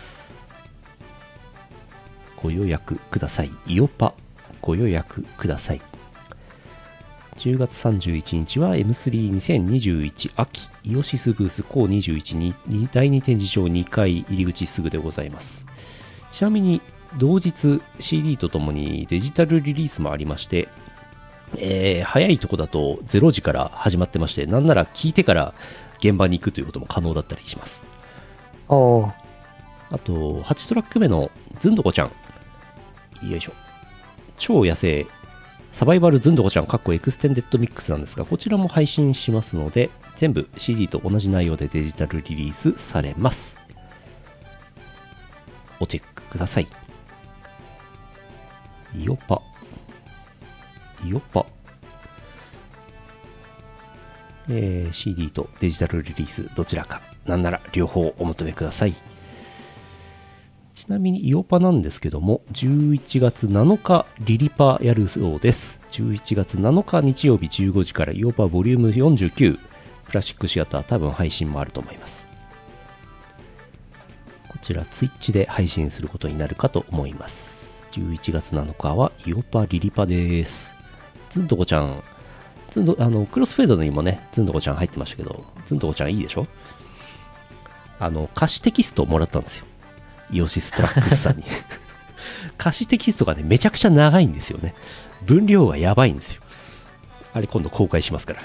Speaker 2: ご予約ください。イオパご予約ください。じゅうがつさんじゅういちにちは エムスリーにせんにじゅういち 秋イオシスブースコーにじゅういちにだいに展示場にかい入り口すぐでございます。ちなみに同日 シーディー とともにデジタルリリースもありまして、えー、早いとこだとれいじから始まってまして、なんなら聞いてから現場に行くということも可能だったりします。
Speaker 1: おー。
Speaker 2: あとはちトラック目のずんどこちゃん、よいしょ、 超野生サバイバルズンドコちゃんかっこエクステンデッドミックスなんですが、こちらも配信しますので、全部 シーディー と同じ内容でデジタルリリースされます。おチェックください。イオパイオパえー、シーディー とデジタルリリースどちらか、なんなら両方お求めください。ちなみにイオパなんですけども、じゅういちがつなのかリリパやるそうです。じゅういちがつなのか日曜日じゅうごじからイオパボリュームよんじゅうきゅうプラスチックシアター、多分配信もあると思います。こちらツイッチで配信することになるかと思います。じゅういちがつなのかはイオパリリパです。ズンドコちゃん、ズンドあのクロスフェードにもねズンドコちゃん入ってましたけど、ズンドコちゃんいいでしょ。あの歌詞テキストをもらったんですよ、イオシストラックスさんに歌詞テキストがねめちゃくちゃ長いんですよね。分量がやばいんですよ。あれ今度公開しますから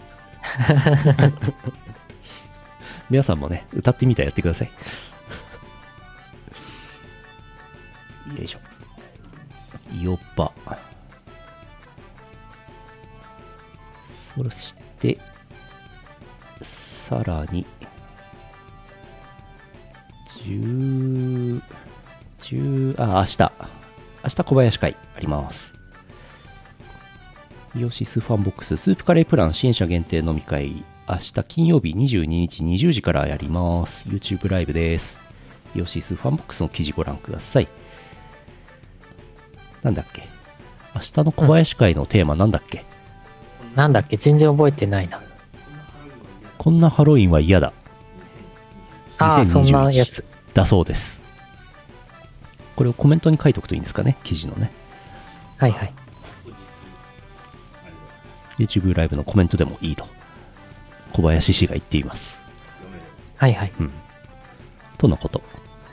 Speaker 2: 皆さんもね歌ってみたらやってくださいよいしょ。イオパ、そしてさらに10、10、あ、明日。明日小林会あります。イオシスファンボックススープカレープラン支援者限定飲み会。明日金曜日にじゅうににちにじゅうじからやります。YouTube ライブです。イオシスファンボックスの記事ご覧ください。なんだっけ、明日の小林会のテーマなんだっけ、
Speaker 1: うん、なんだっけ、全然覚えてないな。
Speaker 2: こんなハロウィンは嫌だ。
Speaker 1: ああ、そんなやつ
Speaker 2: だそうです。これをコメントに書いておくといいんですかね、記事のね。
Speaker 1: はいはい。
Speaker 2: YouTube ライブのコメントでもいいと小林氏が言っています。
Speaker 1: はいはい。
Speaker 2: うん。とのこと。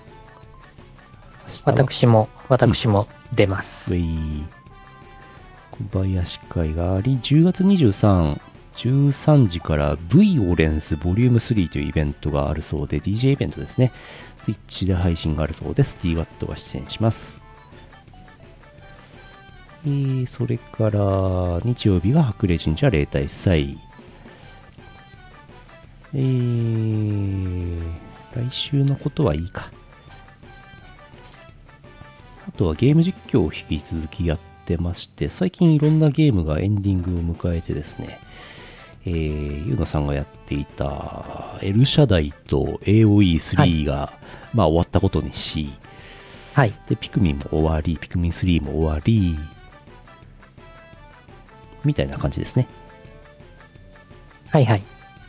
Speaker 1: 私も私も出ます。
Speaker 2: うん、ウェイ小林会があり、じゅうがつにじゅうさん、じゅうさんじから V オレンスボリュームスリーというイベントがあるそうで、 ディージェー イベントですね。ツイッチで配信があるそうです。 ディーワット が出演します。えー、それから日曜日は白麗神社例大祭。えー、来週のことはいいか。あとはゲーム実況を引き続きやってまして、最近いろんなゲームがエンディングを迎えてですね、えー、ゆうのさんがやっていたエルシャダイと エーオーイースリー が、はい、まあ終わったことにし、
Speaker 1: はい、
Speaker 2: でピクミンも終わり、ピクミンスリーも終わりみたいな感じですね。
Speaker 1: はいはい。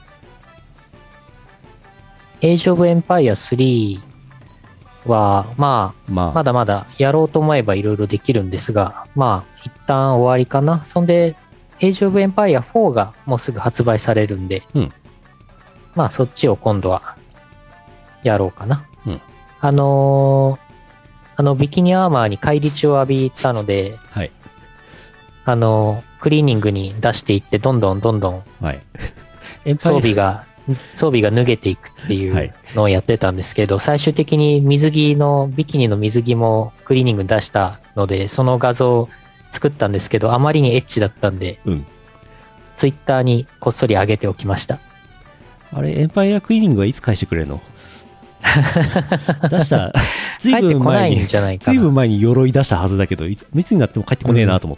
Speaker 1: エイジオブエンパイアスリーは、まあ、まあ、まだまだやろうと思えばいろいろできるんですが、まあ、一旦終わりかな。そんで、エイジオブエンパイアフォーがもうすぐ発売されるんで、
Speaker 2: うん、
Speaker 1: まあ、そっちを今度はやろうかな。
Speaker 2: うん、
Speaker 1: あのー、あの、ビキニアーマーに返り血を浴びたので、
Speaker 2: はい、
Speaker 1: あのー、クリーニングに出していって、どんどんどんどん、
Speaker 2: はい、
Speaker 1: 装備が、装備が脱げていくっていうのをやってたんですけど、はい、最終的に水着の、ビキニの水着もクリーニング出したので、その画像を作ったんですけど、あまりにエッチだったんで、
Speaker 2: うん、
Speaker 1: ツイッターにこっそり上げておきました。
Speaker 2: あれ、エンパイアクリーニングはいつ返してくれるの出した、ずいぶん前に、ずいぶん前に鎧出したはずだけど、いつ、いつになっても帰ってこねえなと思って。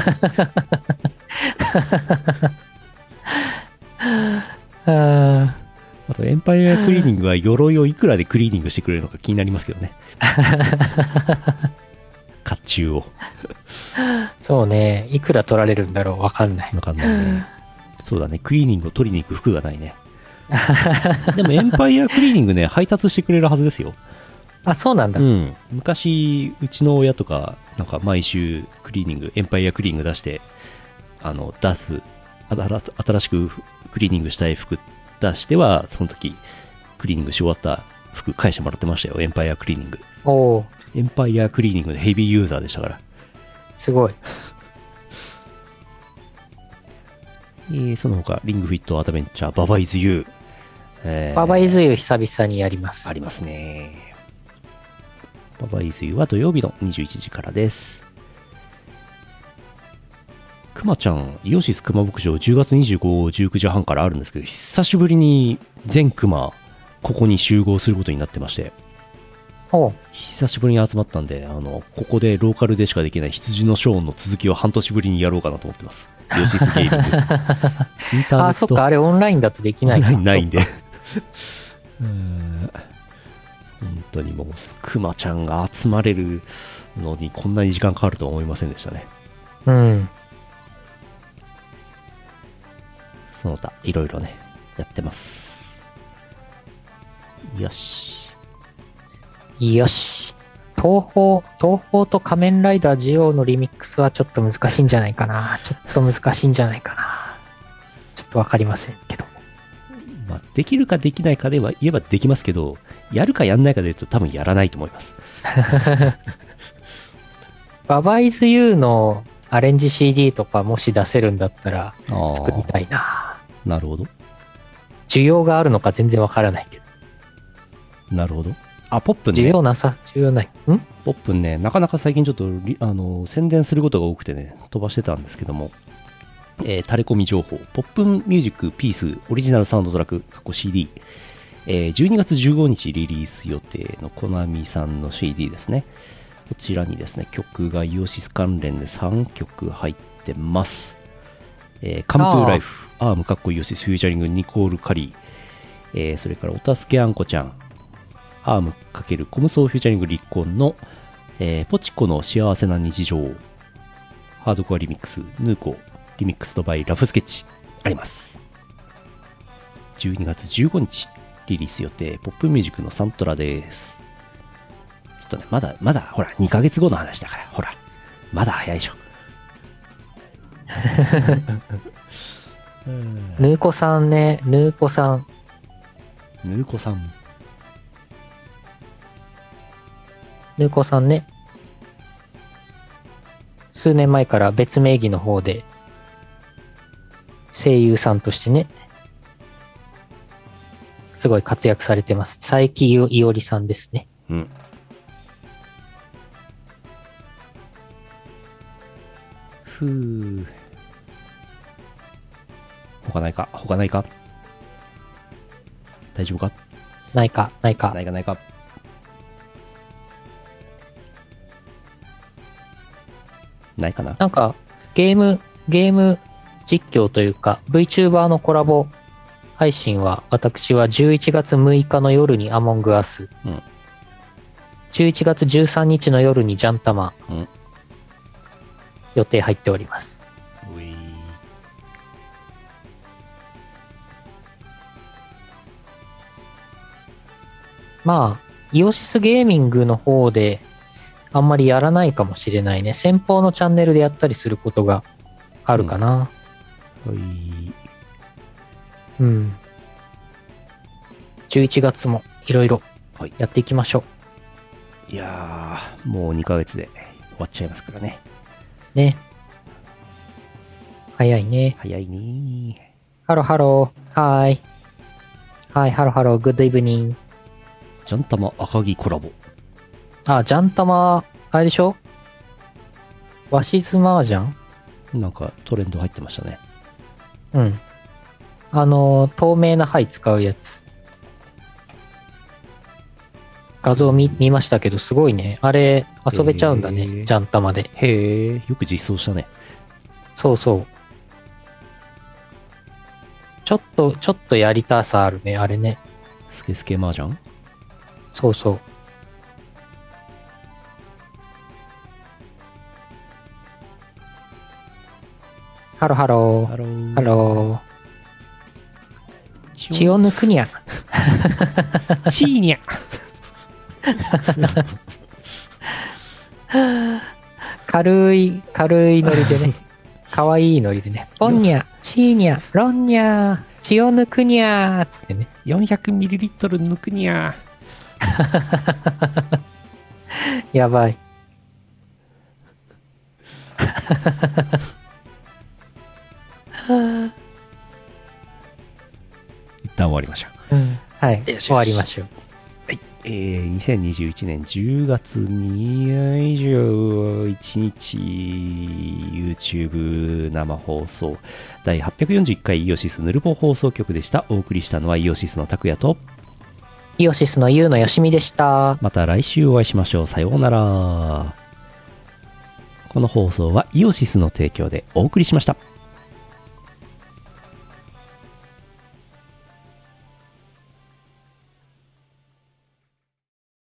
Speaker 1: うん、
Speaker 2: あとエンパイアクリーニングは鎧をいくらでクリーニングしてくれるのか気になりますけどね。甲冑を。
Speaker 1: そうね、いくら取られるんだろう、わかんない。
Speaker 2: わかんないね。そうだね、クリーニングを取りに行く服がないね。でもエンパイアクリーニングね、配達してくれるはずですよ。
Speaker 1: あ、そうなんだ。
Speaker 2: うん。昔、うちの親とか、なんか毎週クリーニング、エンパイアクリーニング出して、あの、出す、新しくクリーニングしたい服出しては、その時クリーニングし終わった服返してもらってましたよ。エンパイアクリーニング。
Speaker 1: おー。
Speaker 2: エンパイアクリーニングでヘビーユーザーでしたから。
Speaker 1: すごい。
Speaker 2: えー、その他リングフィットアドベンチャーババイズユー、えー、
Speaker 1: ババイズユー久々にやります。
Speaker 2: ありますね。ババイズユーは土曜日のにじゅういちじからです。 くまちゃん、イオシスくま牧場じゅうがつにじゅうご、じゅうくじはんからあるんですけど、久しぶりに全くま、ここに集合することになってまして、
Speaker 1: おう。
Speaker 2: 久しぶりに集まったんで、あの、ここでローカルでしかできない羊のショーンの続きを半年ぶりにやろうかなと思ってます。イオシスゲーミング。インターネット。
Speaker 1: あ、そっか、あれオンラインだとできないか。
Speaker 2: オンラインないんで。うーん本当にもう、くまちゃんが集まれるのにこんなに時間かかるとは思いませんでしたね。
Speaker 1: うん。
Speaker 2: その他、いろいろね、やってます。よし。
Speaker 1: よし。東宝、東宝と仮面ライダージオウのリミックスはちょっと難しいんじゃないかな。ちょっと難しいんじゃないかな。ちょっとわかりませんけど。
Speaker 2: まあ、できるかできないかでは言えばできますけど、やるかやんないかで言うと多分やらないと思います。
Speaker 1: ババイズユーのアレンジ シーディー とかもし出せるんだったら作りたいな。
Speaker 2: なるほど。
Speaker 1: 需要があるのか全然わからないけど。
Speaker 2: なるほど。あ、ポップンね。
Speaker 1: 需要なさ、需要ない。ん
Speaker 2: ポップンね、なかなか最近ちょっとあの宣伝することが多くてね、飛ばしてたんですけども、えー、タレコミ情報、ポップンミュージックピースオリジナルサウンドトラック、過去 シーディー、えー、じゅうにがつじゅうごにちリリース予定のコナミさんの シーディー ですね。こちらにですね、曲がイオシス関連でさんきょく入ってます。えー、Come to Life、アームかっこイオシスフューチャリングニコール・カリー、えー、それからお助けあんこちゃん、アーム×コムソーフューチャリングリッコンの、えー、ポチコの幸せな日常、ハードコアリミックス、ヌーコ、リミックスドバイラフスケッチあります。じゅうにがつじゅうごにちリリース予定、ポップミュージックのサントラです。ちょっとね、まだ、まだ、ほら、にかげつごの話だから、ほら、まだ早いでしょ。
Speaker 1: ヌーコさんね、ヌーコさん。
Speaker 2: ヌーコさん。
Speaker 1: ヌーコさんね。数年前から別名義の方で、声優さんとしてね、すごい活躍されてます。佐伯伊織さんですね。
Speaker 2: うん。ふう。他ないか他ないか大丈夫か
Speaker 1: ないか、ないか。
Speaker 2: ないかないか。ないかな。
Speaker 1: なんか、ゲーム、ゲーム実況というか、VTuber のコラボ配信は、私はじゅういちがつむいかの夜にアモングアス、
Speaker 2: うん、
Speaker 1: じゅういちがつじゅうさんにちの夜にジャンタマ、
Speaker 2: うん、
Speaker 1: 予定入っております。
Speaker 2: うい
Speaker 1: まあ、イオシスゲーミングの方で、あんまりやらないかもしれないね。先方のチャンネルでやったりすることがあるかな。
Speaker 2: うん、うい
Speaker 1: うん。じゅういちがつもいろいろやっていきましょ
Speaker 2: う。いやー、もうにかげつで終わっちゃいますからね。
Speaker 1: ね。早いね。
Speaker 2: 早いね。
Speaker 1: ハローハロー。はーい。はい、ハローハロー。グッドイブニング。
Speaker 2: ジャンタマ赤木コラボ。
Speaker 1: あ、ジャンタマ、あれでしょ？ワシズマージャン？
Speaker 2: なんかトレンド入ってましたね。
Speaker 1: うん。あの、透明な灰使うやつ。画像見、見ましたけど、すごいね。あれ、遊べちゃうんだね。ジャンタマで。
Speaker 2: へえ、よく実装したね。
Speaker 1: そうそう。ちょっと、ちょっとやりたさあるね、あれね。
Speaker 2: スケスケマージャン？
Speaker 1: そうそう。ハローハロー。
Speaker 2: ハロー。
Speaker 1: ハロー。血を抜くにゃ。
Speaker 2: チーニャ。
Speaker 1: 軽い、軽いノリでね。かわいいノリでね。ポンニャ、チーニャ、ロンニャ、血を抜くにゃーつってね。
Speaker 2: よんひゃくミリリットル 抜くにゃ
Speaker 1: ー。やばい。
Speaker 2: 一旦終わりましょ
Speaker 1: う。うん、はい。終わりましょう。
Speaker 2: はい。 えー、にせんにじゅういちねんじゅうがつにじゅういちにち YouTube 生放送だいはっぴゃくよんじゅういっかいイオシスヌルポ放送局でした。お送りしたのはイオシスの拓也と
Speaker 1: イオシスのユウのよしみでした。
Speaker 2: また来週お会いしましょう。さようなら。この放送はイオシスの提供でお送りしました。